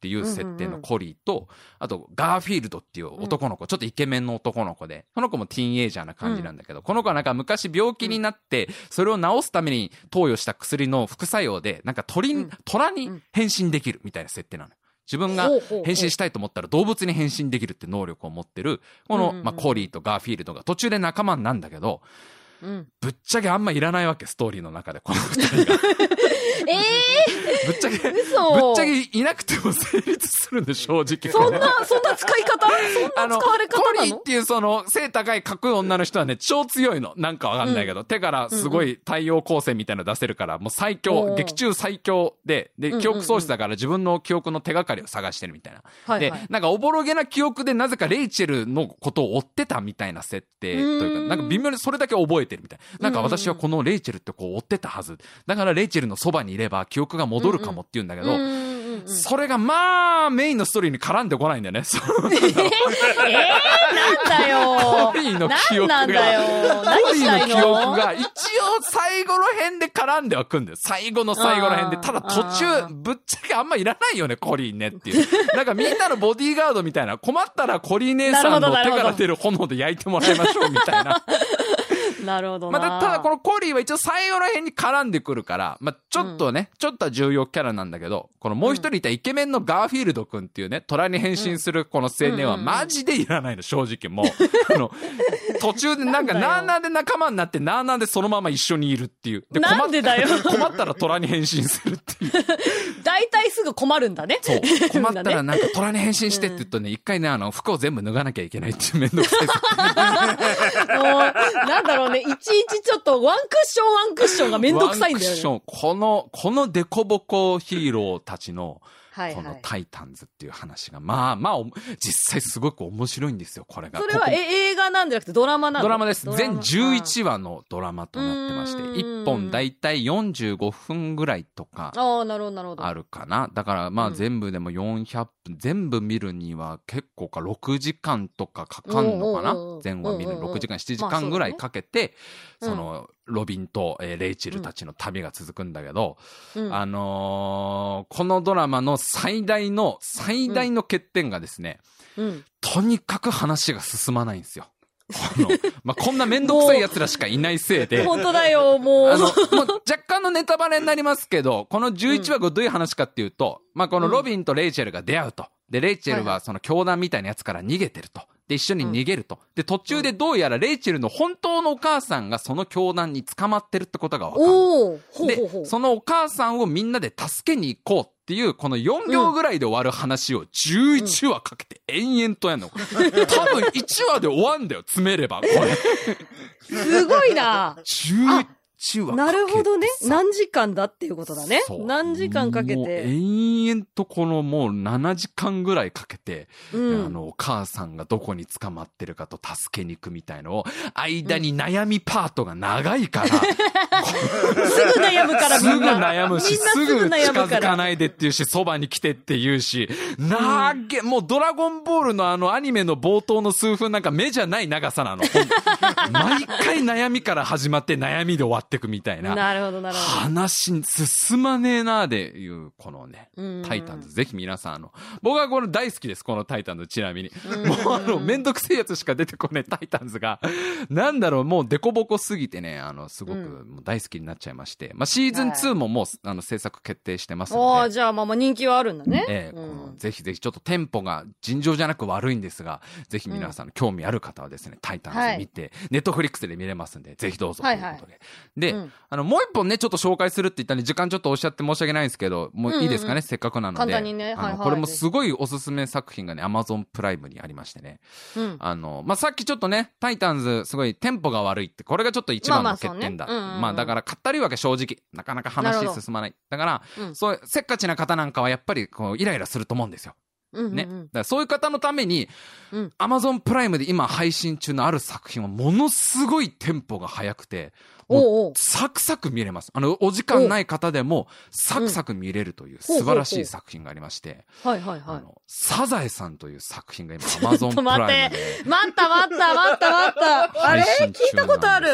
っていう設定のコリーと、うんうんうん、あとガーフィールドっていう男の子、うん、ちょっとイケメンの男の子で、その子もティーンエイジャーな感じなんだけど、うん、この子はなんか昔病気になって、それを治すために投与した薬の副作用で、なんか鳥、うん、虎に変身できるみたいな設定なの。自分が変身したいと思ったら動物に変身できるって能力を持ってる、この、まあ、コリーとガーフィールドが途中で仲間なんだけど、うん、ぶっちゃけあんまいらないわけ、ストーリーの中で、この二人が。 ええー、 ぶっちゃけ、ぶっちゃけいなくても成立するんで、正直。 そんな、そんな使い方そんな使われ方なの？ コリーっていうその、背高いかっこいい女の人はね、超強いの。なんかわかんないけど、うん、手からすごい太陽光線みたいなの出せるから、もう最強、うん、劇中最強で、で、記憶喪失だから自分の記憶の手がかりを探してるみたいな。はいはい、で、なんかおぼろげな記憶でなぜかレイチェルのことを追ってたみたいな設定というか、なんか微妙にそれだけ覚えてるみたいな。なんか私はこのレイチェルってこう追ってたはず。だからレイチェルのそばにいれば記憶が戻るかもって言うんだけど、うんうん、それがまあメインのストーリーに絡んでこないんだよね。えー、なんだよ。 コリーの記憶が、 なんだよ。何したいの？ コリーの記憶が一応最後の辺で絡んではくんだよ。最後の最後の辺で。ただ途中、ぶっちゃけあんまいらないよね、コリーねっていう。なんかみんなのボディーガードみたいな、困ったらコリー姉さんの手から出る炎で焼いてもらいましょうみたいな。 なるほどな。 まあ、ただこのコリーは一応最後の辺に絡んでくるから、まあ、ちょっとね、うん、ちょっとは重要キャラなんだけど、このもう一人いたイケメンのガーフィールド君っていうね、虎に変身するこの青年はマジでいらないの、正直もう。あの、途中でなんかなーなーで仲間になってなーなーでそのまま一緒にいるっていう。 で、なんでだよ。 困ったら虎に変身するっていう。 大体すぐ困るんだね。 そう。困ったらなんか虎に変身してって言うとね、一回ね、あの、服を全部脱がなきゃいけないっていうめんどくさい。 もう、なんだろうね、いちいちちょっとワンクッションワンクッションがめんどくさいんだよね。ワンクッション。 この、このデコボコヒーローたちの、このタイタンズっていう話が、まあまあ、実際すごく面白いんですよ、これが。 それは映画なんじゃなくてドラマなの？ ドラマです。全じゅういちわのドラマとなってまして、いっぽんだいたいよんじゅうごふんぐらいとか、あるかな。だからまあ全部でもよんひゃっぷん、全部見るには結構か、ろくじかんとかかかんのかな。全話見るろくじかん、しちじかんぐらいかけて、その、ロビンと、えー、レイチェルたちの旅が続くんだけど、うん、あのー、このドラマの最大の、最大の欠点がですね、うん、とにかく話が進まないんですよ。この、まあ、こんなめんどくさい奴らしかいないせいで。 本当だよ、もう。 あの、もう若干のネタバレになりますけど、このじゅういちわがどういう話かっていうと、うん、まあ、このロビンとレイチェルが出会うと。で、レイチェルはその教団みたいなやつから逃げてると。で、一緒に逃げると。で、途中でどうやらレイチェルの本当のお母さんがその教団に捕まってるってことがわかる。 おー。ほうほうほう。 で、そのお母さんをみんなで助けに行こうっていう、このよんびょうぐらいで終わる話をじゅういちわかけて延々とやんの。多分いちわで終わんだよ、詰めれば、これ。 すごいな。 じゅういちわかけて。 なるほどね。何時間だっていうことだね。何時間かけて。もう延々とこのもうななじかんぐらいかけて、うん、あの、お母さんがどこに捕まってるかと助けに行くみたいのを、間に悩みパートが長いから。うん、すぐ悩むからみんな。 すぐ悩むし、すぐ近づかないでっていうし、そばに来てっていうし、なげ、うん、もうドラゴンボールのあのアニメの冒頭の数分なんか目じゃない長さなの。毎回悩みから始まって悩みで終わってくみたいな。 なるほど、なるほど。 話進まねえなーでいう、このね、タイタンズ。ぜひ皆さん、あの、僕はこれ大好きです、このタイタンズ、ちなみに。もうあの、めんどくせえやつしか出てこないタイタンズが、なんだろう、もうデコボコすぎてね、あの、すごくもう大好きになっちゃいまして。まあ、シーズンツーももう、あの、制作決定してますので。 ああ、じゃあまあまあ人気はあるんだね。 ええ、うん、このぜひぜひ、ちょっとテンポが尋常じゃなく悪いんですが、ぜひ皆さん、興味ある方はですね、タイタンズ見て、ネットフリックスで見れますんで、ぜひどうぞということで。はいはい、で、うん、あの、もう一本ね、ちょっと紹介するって言ったのに、時間ちょっとおっしゃって申し訳ないんですけど、もういいですかね、うんうん、せっかくなので。 簡単にね。 あの、はいはい、これもすごいおすすめ作品がね、Amazon プライムにありましてね。うん、あの、まあ、さっきちょっとね、タイタンズ、すごいテンポが悪いって、これがちょっと一番の欠点だ。まあ、まあねうんうん、まあ、だから、かったるいわけ正直。なかなか話進まない。だから、うん、そう、せっかちな方なんかはやっぱり、こう、イライラすると思うんですよ。うんうんうん、ね。だからそういう方のために、うん、Amazon プライムで今配信中のある作品はものすごいテンポが速くて、もうサクサク見れます。あの、お時間ない方でもサクサク見れるという素晴らしい作品がありまして、 はいはいはい。あの、サザエさんという作品が今 Amazon プライムで。 待った待った待った待った。あれ聞いたことある。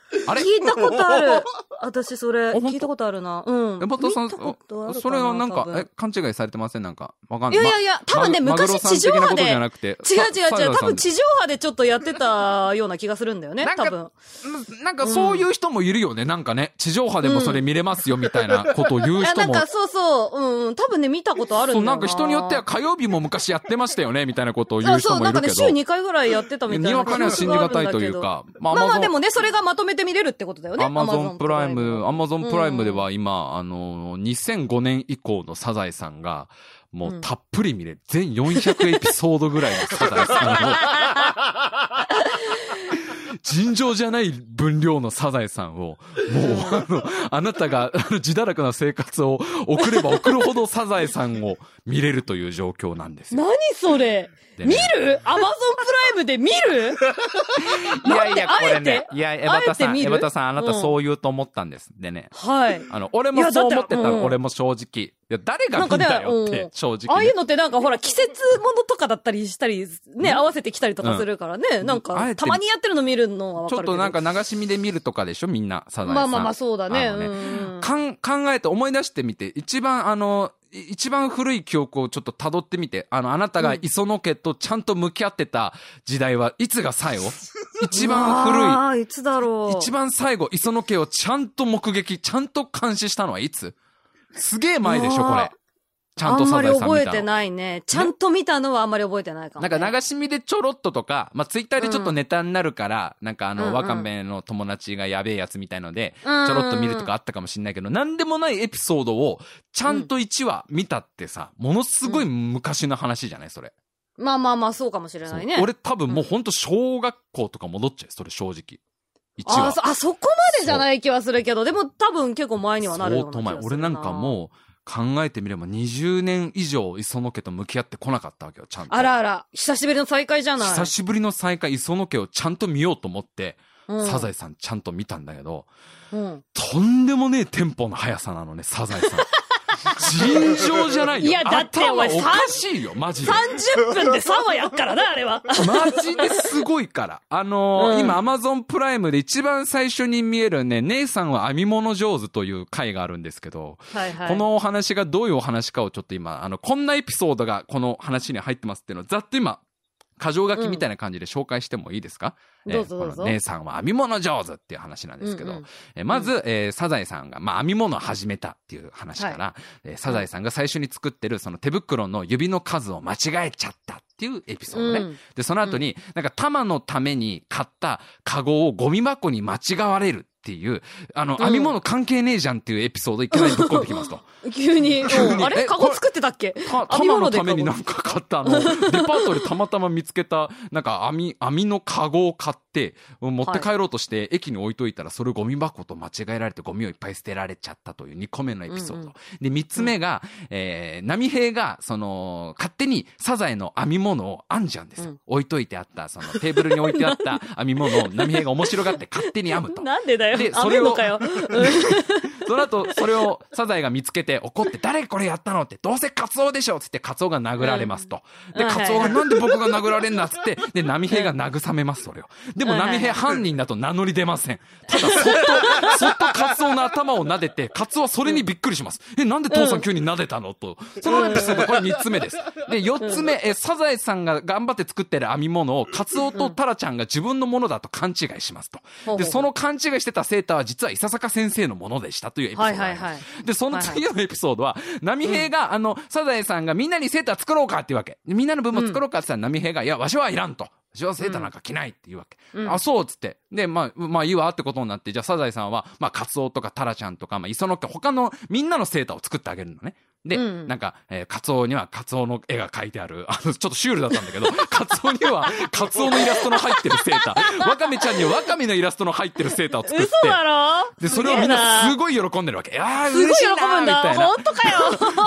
あれ聞いたことある。私それ、聞いたことあるな。うん。 え、バタさん、それはなんか、え、勘違いされてませんなんか、わかんない。 いやいやいや、多分ね、昔地上波で。違う違う違う、多分地上波でちょっとやってたような気がするんだよね、多分。 なんかそういう人もいるよね、なんかね。地上波でもそれ見れますよ、みたいなことを言う人も。 なんかそうそう、うん、多分ね、見たことあるんだよな。 そう、なんか人によっては火曜日も昔やってましたよね、みたいなことを言う人もいるけど。そう、なんかね、 週にかいぐらいやってたみたいな。 にわかには信じがたいというか。 まあまあでもね、それがまとめて見れるってことだよね。 アマゾンプライム、アマゾンプライムでは今、あの、にせんごねん以降のサザエさんが、もうたっぷり見れる。全よんひゃくエピソードぐらいのサザエさんを。尋常じゃない分量のサザエさんを、もう、あの、あなたが、あの、自堕落な生活を送れば送るほどサザエさんを見れるという状況なんですよ。 何それ、ね、見る？アマゾンプライムで見る？ いやいや、これね、いや、エバタさん、エバタさん、あなたそう言うと思ったんです。うん、でね。 はい。 あの、俺もそう思ってたの、俺も正直。いや、誰が見んだよって、正直、ね。 ああいうのってなんかほら、季節ものとかだったりしたり、ね、合わせてきたりとかするからね。うん、なんか、たまにやってるの見るのはわかるけど。 ちょっとなんか流し見で見るとかでしょ、みんな、サザエさん。 まあまあまあ、そうだね。 ねうんかん考えて思い出してみて、一番あの、一番古い記憶をちょっと辿ってみて、あの、あなたが磯野家とちゃんと向き合ってた時代はいつが最後？一番古い。 ああ、いつだろう。一番最後、磯野家をちゃんと目撃、ちゃんと監視したのはいつ？すげえ前でしょ、これ。ちゃんとサザエさん見たの。あんまり覚えてないね。ちゃんと見たのはあんまり覚えてないかも、ね。 なんか流し見でちょろっととか、まあ、ツイッターでちょっとネタになるから、うん、なんかあの、ワカメの友達がやべえやつみたいので、ちょろっと見るとかあったかもしんないけど、なんでもないエピソードを、ちゃんといちわ見たってさ、ものすごい昔の話じゃないそれ。 まあまあまあ、そうかもしれないね。 俺多分もうほんと小学校とか戻っちゃう、それ正直。いちわ。 あそ、あ、そこまでじゃない気はするけど、でも多分結構前にはなるような気がするな。 相当前。俺なんかもう、考えてみればにじゅうねん以上磯野家と向き合ってこなかったわけよ、ちゃんと。 あらあら、久しぶりの再会じゃない。 久しぶりの再会、磯野家をちゃんと見ようと思って、うん、サザエさんちゃんと見たんだけど、うん、とんでもねえテンポの速さなのね、サザエさん。尋常じゃないよ。 いや、だってお前、 おかしいよ、マジで。 さんじゅっぷんでさんわやっからな、あれは。 マジですごいから。あのーうん、今、アマゾンプライムで一番最初に見えるね、姉さんは編み物上手という回があるんですけど、はいはい、このお話がどういうお話かをちょっと今、あの、こんなエピソードがこの話に入ってますっていうのをざっと今、箇条書きみたいな感じで紹介してもいいですか？ うん、どうぞどうぞ。 姉さんは編み物上手っていう話なんですけど、うんうん、えまず、えー、サザエさんが、まあ、編み物を始めたっていう話から、はい、えー、サザエさんが最初に作ってるその手袋の指の数を間違えちゃったっていうエピソードね。うん、で、その後に、なんか、タマのために買ったカゴをゴミ箱に間違われるっていう、あの、編み物関係ねえじゃんっていうエピソードいきなりぶっ込んできますと。 急に、急にあれカゴ作ってたっけ？ タマのためになんか買った、あの、デパートでたまたま見つけた、なんか編み、編みのカゴを買って、持って帰ろうとして、はい、駅に置いといたら、それをゴミ箱と間違えられてゴミをいっぱい捨てられちゃったというにこめのエピソード。うんうん、で、みっつめが、うん、えー、波平が、その、勝手にサザエの編み物を編んじゃうんですよ。うん、置いといてあった、そのテーブルに置いてあった編み物を波平が面白がって勝手に編むと。 なんでだよ。で、それを、 その後、それをサザエが見つけて怒って、誰これやったのって、どうせカツオでしょつってカツオが殴られますと。うん、で、カツオがなんで僕が殴られんなつって、で、波平が慰めます、それを。でも波平犯人だと名乗り出ません。ただ、そっと、そっとカツオの頭を撫でて、カツオはそれにびっくりします。え、なんで父さん急に撫でたのと。そのエピソード、これみっつめです。で、よっつめ、え、サザエさんが頑張って作ってる編み物を、カツオとタラちゃんが自分のものだと勘違いしますと。で、その勘違いしてたセーターは実は伊佐坂先生のものでしたというエピソードがあります。はいはいはい、で、その次のエピソードは、波平が、うん、あの、サザエさんがみんなにセーター作ろうかって言うわけ。みんなの分も作ろうかって言ったら波平が、いや、わしはいらんと。わしはセーターなんか着ないって言うわけ。うん、あ、そうっつって。で、まあ、まあいいわってことになって、じゃあサザエさんは、まあ、カツオとかタラちゃんとか、まあ、磯野家、他のみんなのセーターを作ってあげるのね。で、うん、なんか、えー、カツオにはカツオの絵が描いてある、あの、ちょっとシュールだったんだけど、カツオにはカツオのイラストの入ってるセーター、ワカメちゃんにはワカメのイラストの入ってるセーターを作って、 嘘だろ？ で、それをみんなすごい喜んでるわけ。ああ、嬉しいなーみたいな。 本当かよ。 嬉しいって、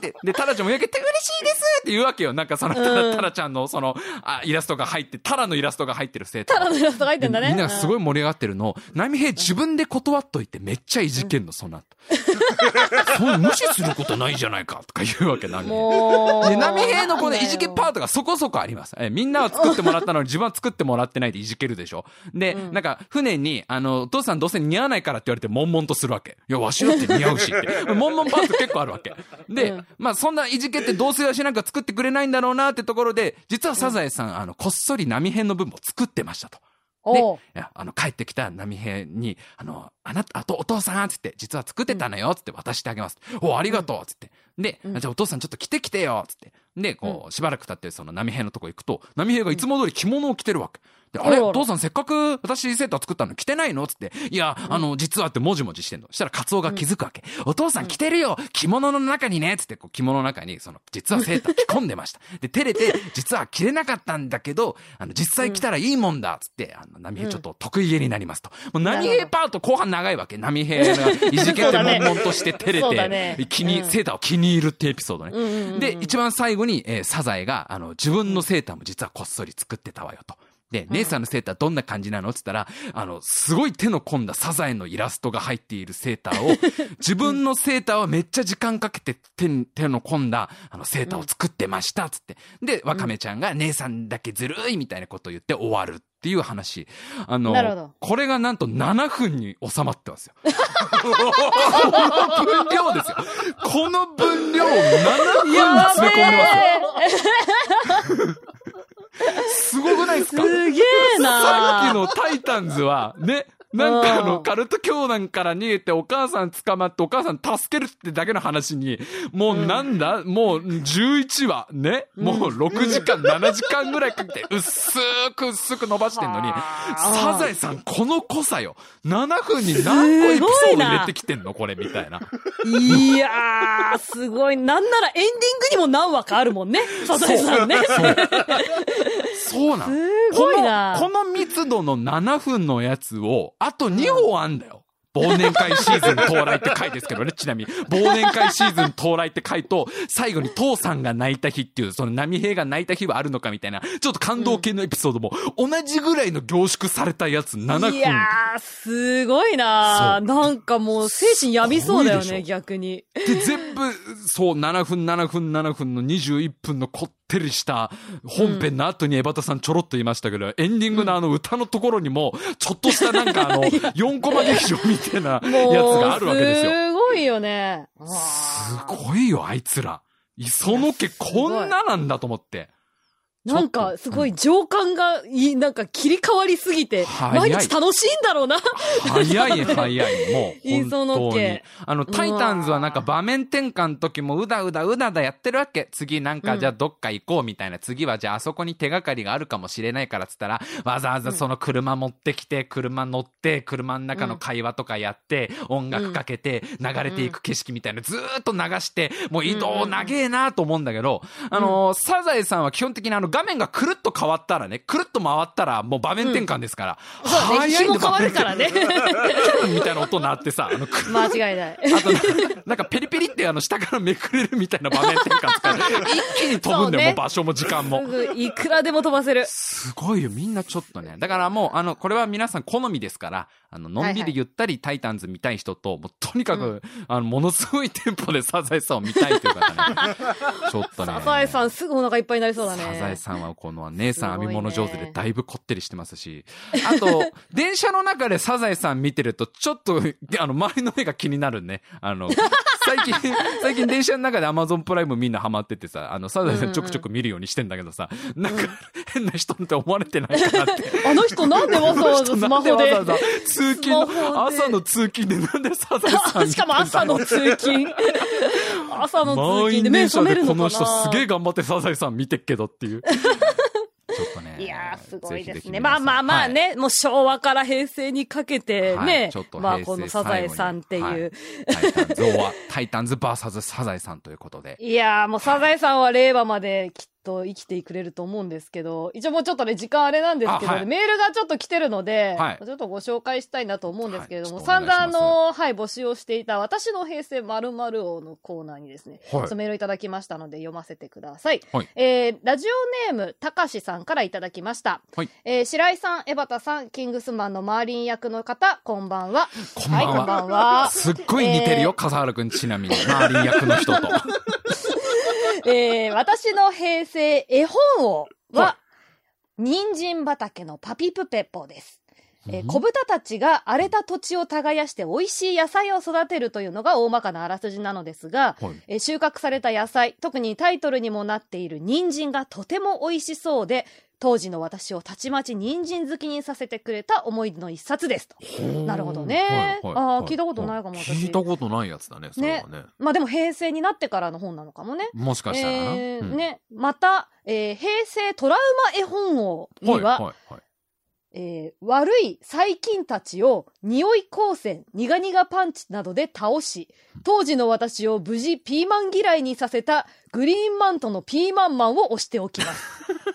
ってでタラちゃんも焼けて嬉しいですって言うわけよ。なんかそのタラ、タラちゃんのそのあイラストが入ってタラのイラストが入ってるセーター。 タラのイラストが入ってんだね。 みんながすごい盛り上がってるのを波平自分で断っといてめっちゃいじけんの、その後。そう無視することないじゃないかとか言うわけ。波平で波平のこのいじけパートがそこそこあります。えみんなは作ってもらったのに自分は作ってもらってないでいじけるでしょ。で、うん、なんか船にあのお父さんどうせ似合わないからって言われて悶々とするわけ。いやわしだって似合うしって悶々パート結構あるわけで、うん、まあそんないじけってどうせわしなんか作ってくれないんだろうなってところで、実はサザエさん、うん、あのこっそり波平の分も作ってましたと。で、いやあの帰ってきた波平にあのあなたあとお父さんっつって実は作ってたのよっつって渡してあげます。うん、おありがとうっつって。で、うん、じゃあお父さんちょっと着てきてよっつって。でこうしばらく経ってその波平のとこ行くと波平がいつも通り着物を着てるわけ。で、あれお父さんせっかく私セーター作ったの着てないのつって。いや、あの、実はってもじもじしてんの。そしたらカツオが気づくわけ。うん、お父さん着てるよ着物の中にねつって、こう着物の中に、その、実はセーター着込んでました。で、照れて、実は着れなかったんだけど、あの、実際着たらいいもんだつって、あの、波平ちょっと得意げになりますと。もう波平パート後半長いわけ。波平がいじけて悶々として照れて、ね、気に、セーターを気に入るってエピソードね。うんうんうんうん、で、一番最後に、えー、サザエが、あの、自分のセーターも実はこっそり作ってたわよと。で、姉さんのセーターどんな感じなのって言ったら、あの、すごい手の込んだサザエのイラストが入っているセーターを、自分のセーターはめっちゃ時間かけて手、手の込んだ、あの、セーターを作ってました、つって。で、ワカメちゃんが姉さんだけずるいみたいなことを言って終わるっていう話。あの、これがなんとななふんに収まってますよ。この分量ですよ。この分量をななふんに詰め込んでますよ。すごくないですか？ すげえな。 さっきのタイタンズは、ね、なんかあの、カルト教団から逃げてお母さん捕まってお母さん助けるってだけの話に、もうなんだ、うん、もうじゅういちわ、ね、もうろくじかん、うん、ななじかんぐらいかけて、薄く薄く伸ばしてんのに、サザエさんこの濃さよ。ななふんに何個エピソード入れてきてんのこれみたいな。 いやー、すごい。なんならエンディングにも何話かあるもんね。サザエさんね。 そうなん。 すごいな。 この、この密度のななふんのやつを、あとにほんあんだよ。忘年会シーズン到来って回ですけどね、ちなみに。忘年会シーズン到来って回と、最後に父さんが泣いた日っていう、その波平が泣いた日はあるのかみたいな、ちょっと感動系のエピソードも、同じぐらいの凝縮されたやつななふん。いやー、すごいなー。なんかもう精神病みそうだよね、逆に。 で、全部、そう、ななふん、ななふん、ななふんのにじゅういっぷんのこってりした本編の後に江端さんちょろっと言いましたけど、うん、エンディングのあの歌のところにも、ちょっとしたなんかあの、よんコマ劇場みたいなやつがあるわけですよ。 すごいよね。 すごいよ、あいつら。磯野家こんななんだと思って。 なんか、すごい情感がいい、なんか切り替わりすぎて、毎日楽しいんだろうな。 早い早い、もう。 磯野家。 あの、タイタンズはなんか場面転換の時もうだうだうだだやってるわけ。次なんかじゃあどっか行こうみたいな。次はじゃああそこに手がかりがあるかもしれないからっつったら、わざわざその車持ってきて、車乗って、車の中の会話とかやって、音楽かけて、流れていく景色みたいなずーっと流して、もう移動長えなと思うんだけど、あの、サザエさんは基本的にあの、画面がくるっと変わったらね、くるっと回ったらもう場面転換ですから。 うん、そうね、日も変わるからね。 みたいな音鳴ってさ、あの、 間違いない。 あと、なんかペリペリってあの下からめくれるみたいな場面転換使う。一気に飛ぶんだよ、ね、もう場所も時間も。 すぐいくらでも飛ばせる。 すごいよ、みんなちょっとね。だからもう、あの、これは皆さん好みですから、あの、のんびりゆったりタイタンズ見たい人と、もうとにかく、うん、あの、ものすごいテンポでサザエさんを見たいという方ね。ちょっとね。 サザエさんすぐお腹いっぱいになりそうだね。 サザエさんはこの姉さん編み物上手でだいぶこってりしてますし。あと、電車の中でサザエさん見てると、ちょっと、あの、周りの目が気になるね。あの、最近、最近電車の中で Amazon プライムみんなハマっててさ、あの、サザエさんちょくちょく見るようにしてんだけどさ、うん、なんか、変な人って思われてないかなって。 あの人なんでわざわざスマホで。 わざわざ通勤の、朝の通勤でなんでサザエさんしかも朝の通勤。朝の通勤で目覚めるのかな。 この人すげえ頑張ってサザエさん見てっけどっていう。ちょっとね。 いやー、すごいですね。まあまあまあね、はい、もう昭和から平成にかけてね、はい、ちょっとまあこのサザエさんっていう。はい、 タイタンズは、タイタンズ ブイエス サザエさんということで。 いやー、もうサザエさんは令和まできっとと生きてくれると思うんですけど、一応もうちょっとね、時間あれなんですけど、ね、 はい、 メールがちょっと来てるので、はい、ちょっとご紹介したいなと思うんですけれども、はい、散々あの、はい、募集をしていた私の平成〇〇王のコーナーにですね、はい、メールいただきましたので読ませてください。はい、えー、ラジオネーム、たかしさんからいただきました。はい、えー、白井さん、江端さん、キングスマンのマーリン役の方、こんばんは。 こんばんは。はい、こんばんは。すっごい似てるよ、えー、笠原くんちなみに、マーリン役の人と。 えー、私の平成絵本王は、人参畑のパピプペポです。えー、小豚たちが荒れた土地を耕して美味しい野菜を育てるというのが大まかなあらすじなのですが、はい、えー、収穫された野菜、特にタイトルにもなっている人参がとても美味しそうで、当時の私をたちまち人参好きにさせてくれた思い出の一冊ですと。なるほどね。はいはい、ああ、聞いたことないかも、私。 聞いたことないやつだね、それはね。 ね、まあでも平成になってからの本なのかもね。 もしかしたらな。 えーうん、ね、また、えー、平成トラウマ絵本王には、はいはいはい、えー、悪い細菌たちを匂い光線、苦々パンチなどで倒し、当時の私を無事ピーマン嫌いにさせたグリーンマントのピーマンマンを押しておきます。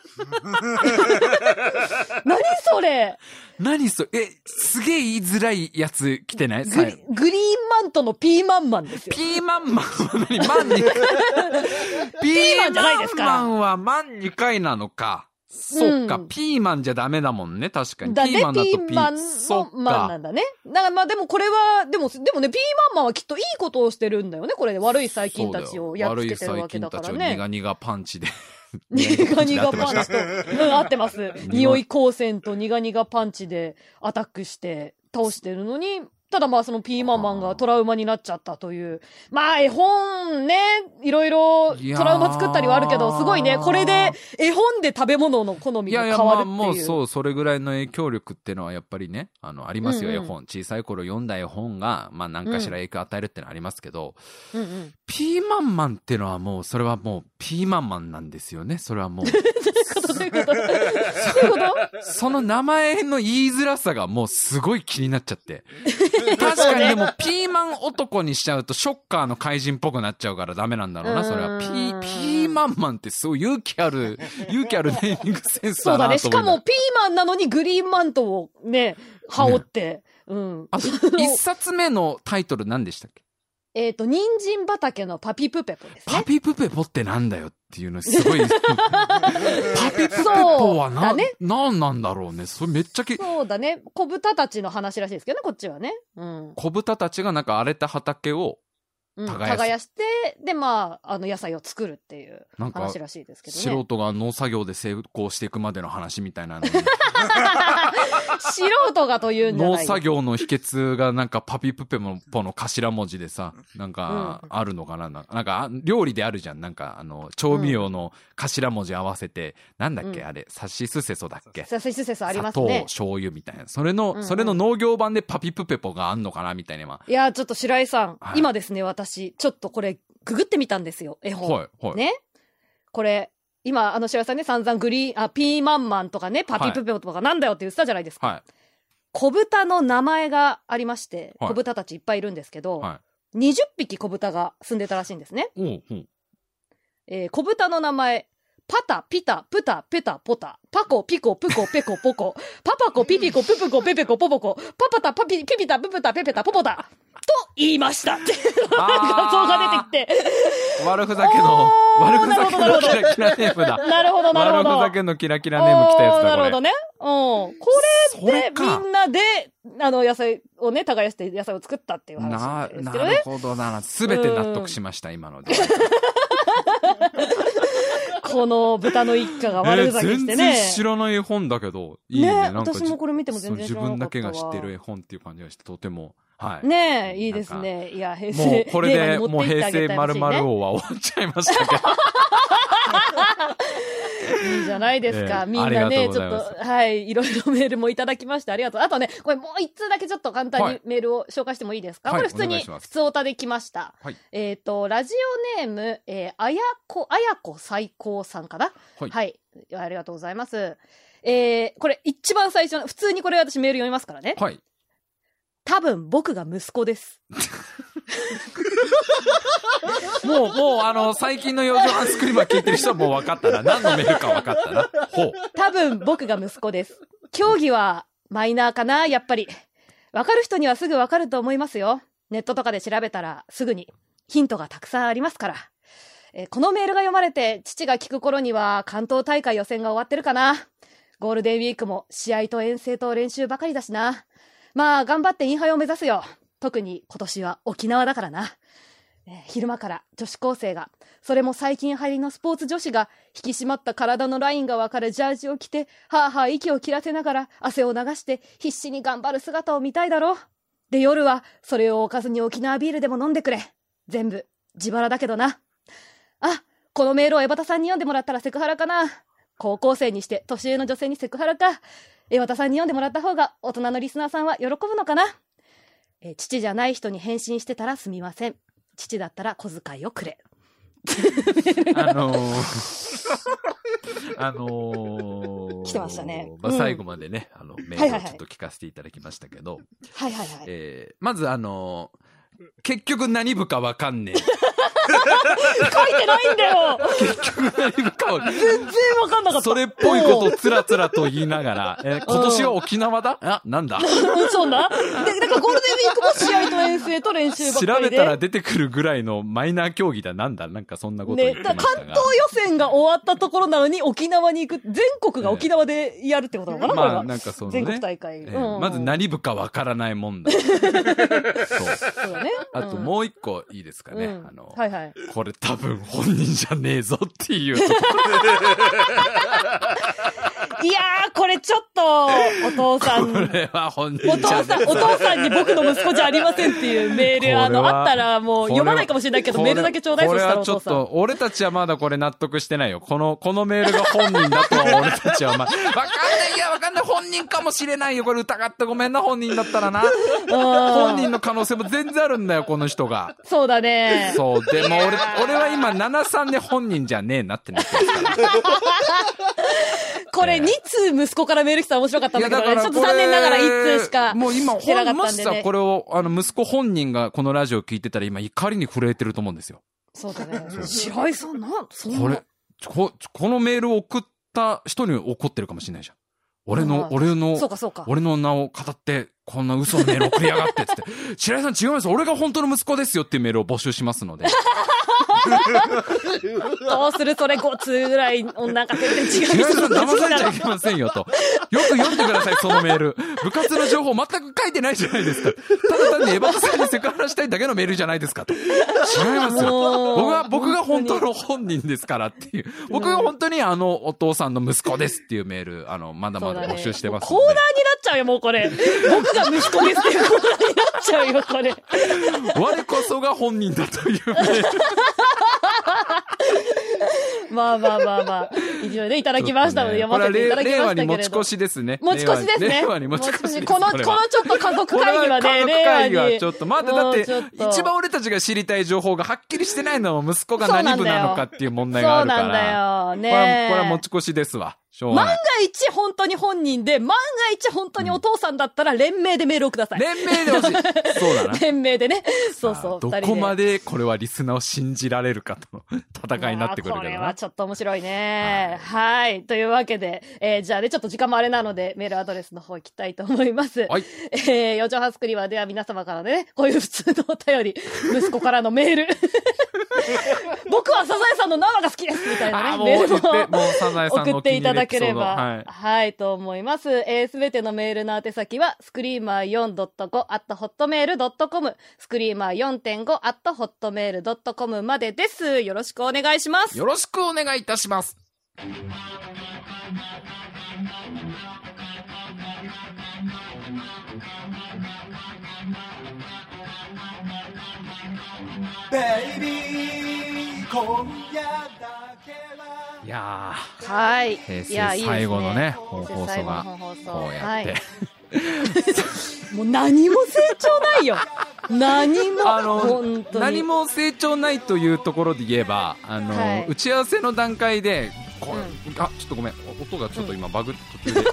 何それ何それえ、すげえ言いづらいやつ来てないグリ、グリーンマントのピーマンマンですよ。 ピーマンマンは何マンにピーマンじゃないですか。 ピーマンはマンにかいなのか。そっか、うん、ピーマンじゃダメだもんね、確かに。 だね、 ピーマンだとピーマンのマンなんだね。だからまあでもこれは、でも、でもね、ピーマンマンはきっといいことをしてるんだよね、これで。悪い細菌たちをやっつけてるわけだからね。悪い細菌たちを苦々パンチで。苦々パンチと、うん、合ってます。匂い光線と苦々パンチでアタックして倒してるのに、ただまあそのピーマンマンがトラウマになっちゃったという。まあ絵本ね、いろいろトラウマ作ったりはあるけど、すごいね、これで絵本で食べ物の好みが変わるっていう。いやいや、まあもうそう、それぐらいの影響力っていうのはやっぱりね、あの、ありますよ、うんうん、絵本。小さい頃読んだ絵本が、まあ何かしら影響を与えるってのはありますけど、うんうん、ピーマンマンっていうのはもう、それはもうピーマンマンなんですよね、それはもう。 どういうことどういうことその名前の言いづらさがもうすごい気になっちゃって。確かにでもピーマン男にしちゃうとショッカーの怪人っぽくなっちゃうからダメなんだろうな、それは。ピー、ピーマンマンってすごい勇気ある、勇気あるネーミングセンスだなと思う。そうだね。 しかもピーマンなのにグリーンマントをね、羽織って。ね、うん。 あと、一冊目のタイトル何でしたっけ？ えっと、人参畑のパピプペポですね。 パピプペポってなんだよっていうのすごい。パピプペポはな、ね、なんなんだろうね。それめっちゃき。 そうだね。小豚たちの話らしいですけどね、こっちはね。うん。 小豚たちがなんか荒れた畑を耕す、うん、 耕して、で、まあ、あの野菜を作るっていう話らしいですけどね。 素人が農作業で成功していくまでの話みたいなのに。 素人がというんじゃない。 農作業の秘訣がなんかパピプペポの頭文字でさ、なんかあるのかな、うん、なんか料理であるじゃん。なんかあの調味料の頭文字合わせて、うん、なんだっけあれ、サシスセソだっけ、 サシスセソありますね。 砂糖、醤油みたいな。それの、うんうん、それの農業版でパピプペポがあんのかなみたいな。 いや、ちょっと白井さん、はい、今ですね、私、ちょっとこれググってみたんですよ、絵本。はい、はい。ね。これ、今、あの、白井さんね、散々グリーン、あ、ピーマンマンとかね、パピプペポとかなんだよって言ってたじゃないですか。はい。小豚の名前がありまして、はい、小豚たちいっぱいいるんですけど、はい、にじゅっぴき小豚が住んでたらしいんですね。うんうん。えー、小豚の名前、パタ、ピタ、プタ、ペタ、ポタ、パコ、ピコ、プコ、ペコ、ポコ、パパコ、ピピコ、ププコ、ペペコ、ポポコ、パパタ、パピ、ピピタ、ププタ、ペペタ、ポポタ、と言いましたって画像が出てきて。 悪ふざけの、悪ふざけのキラキラネームだ。 なるほど、なるほど。 悪ふざけのキラキラネーム来たやつだ、これ。 なるほどね。うん。これで、みんなで、あの、野菜をね、耕して野菜を作ったっていう話なんですけどね。 なるほどな。すべて納得しました、今ので。 この豚の一家が悪ふざけしてね。 全然知らない絵本だけど、いいね。なんか私もこれ見ても全然知らなかったわ。 自分だけが知ってる絵本っていう感じがして、とても。はい。 ねえ、いいですね。いや、平成。 もうこれで、もう平成〇〇王は終わっちゃいましたけど。 いいじゃないですか。みんなね、ちょっと、はい、いろいろメールもいただきましてありがとう。あとね、これもう一通だけちょっと簡単にメールを紹介してもいいですか？これ普通に、普通オタで来ました。えっと、ラジオネーム、えー、あやこ、あやこ最高さんかな？はい。はい。ありがとうございます。えー、これ一番最初の、普通にこれ私メール読みますからね。はい。多分僕が息子です。 もう、もう、あの、最近のよじはんスクリーマー聞いてる人はもう分かったな。何のメールか分かったな。ほう。 多分僕が息子です。競技はマイナーかな、やっぱり。分かる人にはすぐ分かると思いますよ。ネットとかで調べたらすぐにヒントがたくさんありますから。えー、このメールが読まれて父が聞く頃には関東大会予選が終わってるかな。ゴールデンウィークも試合と遠征と練習ばかりだしな。まあ頑張ってインハイを目指すよ。特に今年は沖縄だからな。えー、昼間から女子高生が、それも最近流行りのスポーツ女子が引き締まった体のラインがわかるジャージを着て、はぁはぁ息を切らせながら汗を流して必死に頑張る姿を見たいだろう。で、夜はそれをおかずに沖縄ビールでも飲んでくれ。全部自腹だけどな。あ、このメールを江端さんに読んでもらったらセクハラかな。高校生にして年上の女性にセクハラか。江端さんに読んでもらった方が大人のリスナーさんは喜ぶのかな。え、父じゃない人に返信してたらすみません。父だったら小遣いをくれ。 あのー、あのー、 来てましたね。 まあ、最後までね、うん、あの、メールをちょっと聞かせていただきましたけど。 はいはいはい。 えー、まずあのー、結局何部かわかんねえ。 書いてないんだよ。 結局何部かは全然わかんなかった。 それっぽいことをつらつらと言いながら、えー、今年は沖縄だ、あ、なんだそうな。で、なんかゴールデンウィークも試合と遠征と練習ばっかりで。 調べたら出てくるぐらいのマイナー競技だ、なんだ、なんかそんなこと言ってましたが、ね、 関東予選が終わったところなのに沖縄に行く、全国が沖縄でやるってことなのかな、 まあ、 これは。 なんかそのね。 全国大会。 えーうん、まず何部かわからないもんだ。そう。 そうだね。 あともう一個いいですかね。 うん、 あの、 はいはい。 これ多分本人じゃねえぞっていうところいやー、これちょっと、お父さん。 これは本人じゃねえぞ。 お父さん、お父さんに僕の息子じゃありませんっていうメール、あの、あったらもう読まないかもしれないけど、メールだけちょうだい。 これはちょっと、俺たちはまだこれ納得してないよ。この、このメールが本人だとは俺たちはまあ、わかんない、いや、わかんない、本人かもしれないよ。これ疑ってごめんな、本人だったらな。本人の可能性も全然あるんだよ、この人が。 そうだね。 そう、でも俺、俺は今ななさんで本人じゃねえなってなってるから。 これに通息子からメール来たら面白かったんだけどね。ちょっと残念ながらいっ通しか。 もう今、 来なかったんでね、 もしさ、これを、あの、息子本人がこのラジオ聞いてたら今怒りに震えてると思うんですよ。 そうだね。白井さん、なん、そんな。 これ、こ、このメールを送った人に怒ってるかもしれないじゃん。俺の、俺の、 そうかそうか。 俺の名を語って、こんな嘘のメール送りやがってっつって、白井さん違います。俺が本当の息子ですよっていうメールを募集しますので。 どうするそれご通ぐらい、なんか全然違う。 白井さん騙されちゃいけませんよと。よく読んでください、そのメール。部活の情報全く書いてないじゃないですか。ただ単にエバタさんにセクハラしたいだけのメールじゃないですかと。違いますよ。僕は、僕が本当の本人ですからっていう。僕が本当にあのお父さんの息子ですっていうメール、あの、まだまだ募集してますので。 コーナーになっちゃうよ、もうこれ。僕が息子ですっていうコーナーになっちゃうよ、これ。 我こそが本人だというメール。 まあまあまあまあ。以上でいただきましたので、読ませていただきましたけれど。 令和に持ち越しですね。 持ち越しですね。 令和に持ち越しです。 この、このちょっと家族会議はね、 令和に。家族会議はちょっと、まだだって、一番俺たちが知りたい情報がはっきりしてないのは息子が何部なのかっていう問題があるから。 そうなんだよ。ねこれ、これは持ち越しですわ。 万が一本当に本人で、万が一本当にお父さんだったら連名でメールをください。 連名で欲しい。そうだな。 連名でね。そうそう。 どこまでこれはリスナーを信じられるかとの戦いになってくるけどな。 これはちょっと面白いね。はい。はい。というわけで、えー、じゃあね、ちょっと時間もあれなので、メールアドレスの方行きたいと思います。 はい。 えー、四畳半スクリーマーでは皆様からね、こういう普通のお便り、息子からのメール。僕はサザエさんの生が好きですみたいなね、メールを送っていただければ、はい、はい、と思います。えー、すべてのメールの宛先は、スクリーマー よんてんご アットホットメールドットコム、スクリーマー よんてんご アットホットメールドットコムまでです。よろしくお願いします。 よろしくお願いいたします。ベイビー今夜だけはいやー、 はい、 平成最後のね、本放送がこうやって、はいもう何も成長ないよ。何もあの本当に何も成長ないというところで言えば、あの、はい、打ち合わせの段階でこれ、うん、あちょっとごめん音がちょっと今バグ途中で、うん、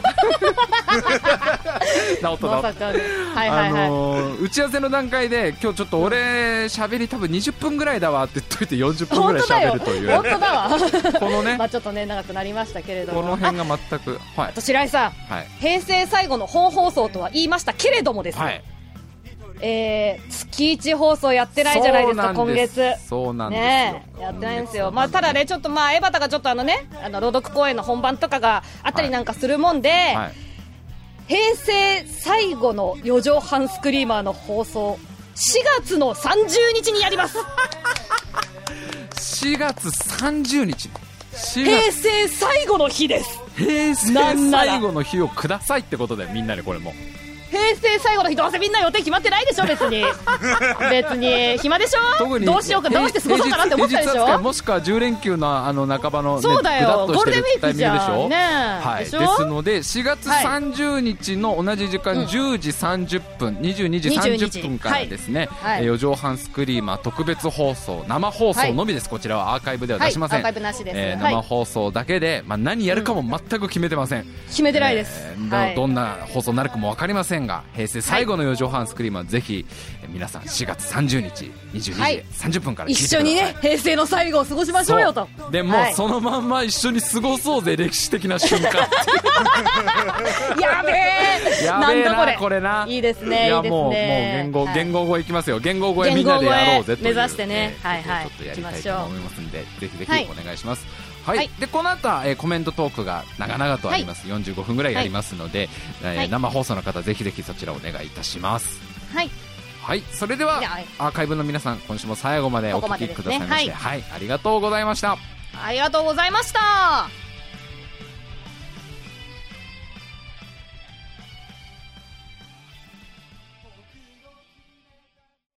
直った直った、はいはいはい、あのー、打ち合わせの段階で今日ちょっと俺喋り多分にじゅっぷんぐらいだわって言っといてよんじゅっぷんぐらい喋るという本当だわこのねまあちょっとね長くなりましたけれども、 この辺が全く、はい、 あと白井さん、はい、平成最後の本放送とは言いましたけれどもですね、はい、えー、月いち放送やってないじゃないですか今月。 そうなんですよ、 ね、やってないんですよ。まあ、ただねちょっとまあ江端がちょっとあのねあの朗読公演の本番とかがあったりなんかするもんで、はいはい、平成最後のよじょうはんスクリーマーの放送しがつのさんじゅうにちにやりますしがつさんじゅうにち平成最後の日です。 平成最後の日をくださいってことでみんなでこれも平成最後の日どうせみんな予定決まってないでしょ別に別に暇でしょ。特にどうしようかどうして過ごそうかなって思ったでしょ。 もしくはじゅう連休のあの半ばの、ね、 そうだよゴールデンウィークじゃんでしょ、ね、はい、 でしょですのでしがつさんじゅうにちの同じ時間、はい、じゅうじさんじゅっぷん、にじゅうにじさんじゅっぷんからですね、はい、よじょうはんスクリーマー特別放送生放送のみです、はい、こちらはアーカイブでは出しません、 はい、アーカイブなしです、 えー、生放送だけで、まあ、何やるかも全く決めてません、うん、 決めてないです、 えーはい、ど, どんな放送になるかも分かりませんが平成最後のよじょうはんスクリーマー、ぜひ皆さんしがつさんじゅうにちにじゅうにじさんじゅっぷんから聞いてください、 一緒にね平成の最後を過ごしましょうよと。 でも、はい、そのまんま一緒に過ごそうぜ歴史的な瞬間やべえやべえななんだこれこれないいですね。 いやいいですねもうもう言語、はい、言語語いきますよ。言語語へみんなでやろうぜという目指してね、 えー、はいはい、ちょっとやりたいと思いますんでぜひぜひお願いします。はいはい、でこの後は、えー、コメントトークが長々とあります、はい、よんじゅうごふんぐらいやりますので、はい、えー、生放送の方ぜひぜひそちらお願いいたします。 はい、 はい、それではアーカイブの皆さん今週も最後までお聞きくださいまして、ここまでですね、はい、はい、ありがとうございました。 ありがとうございました。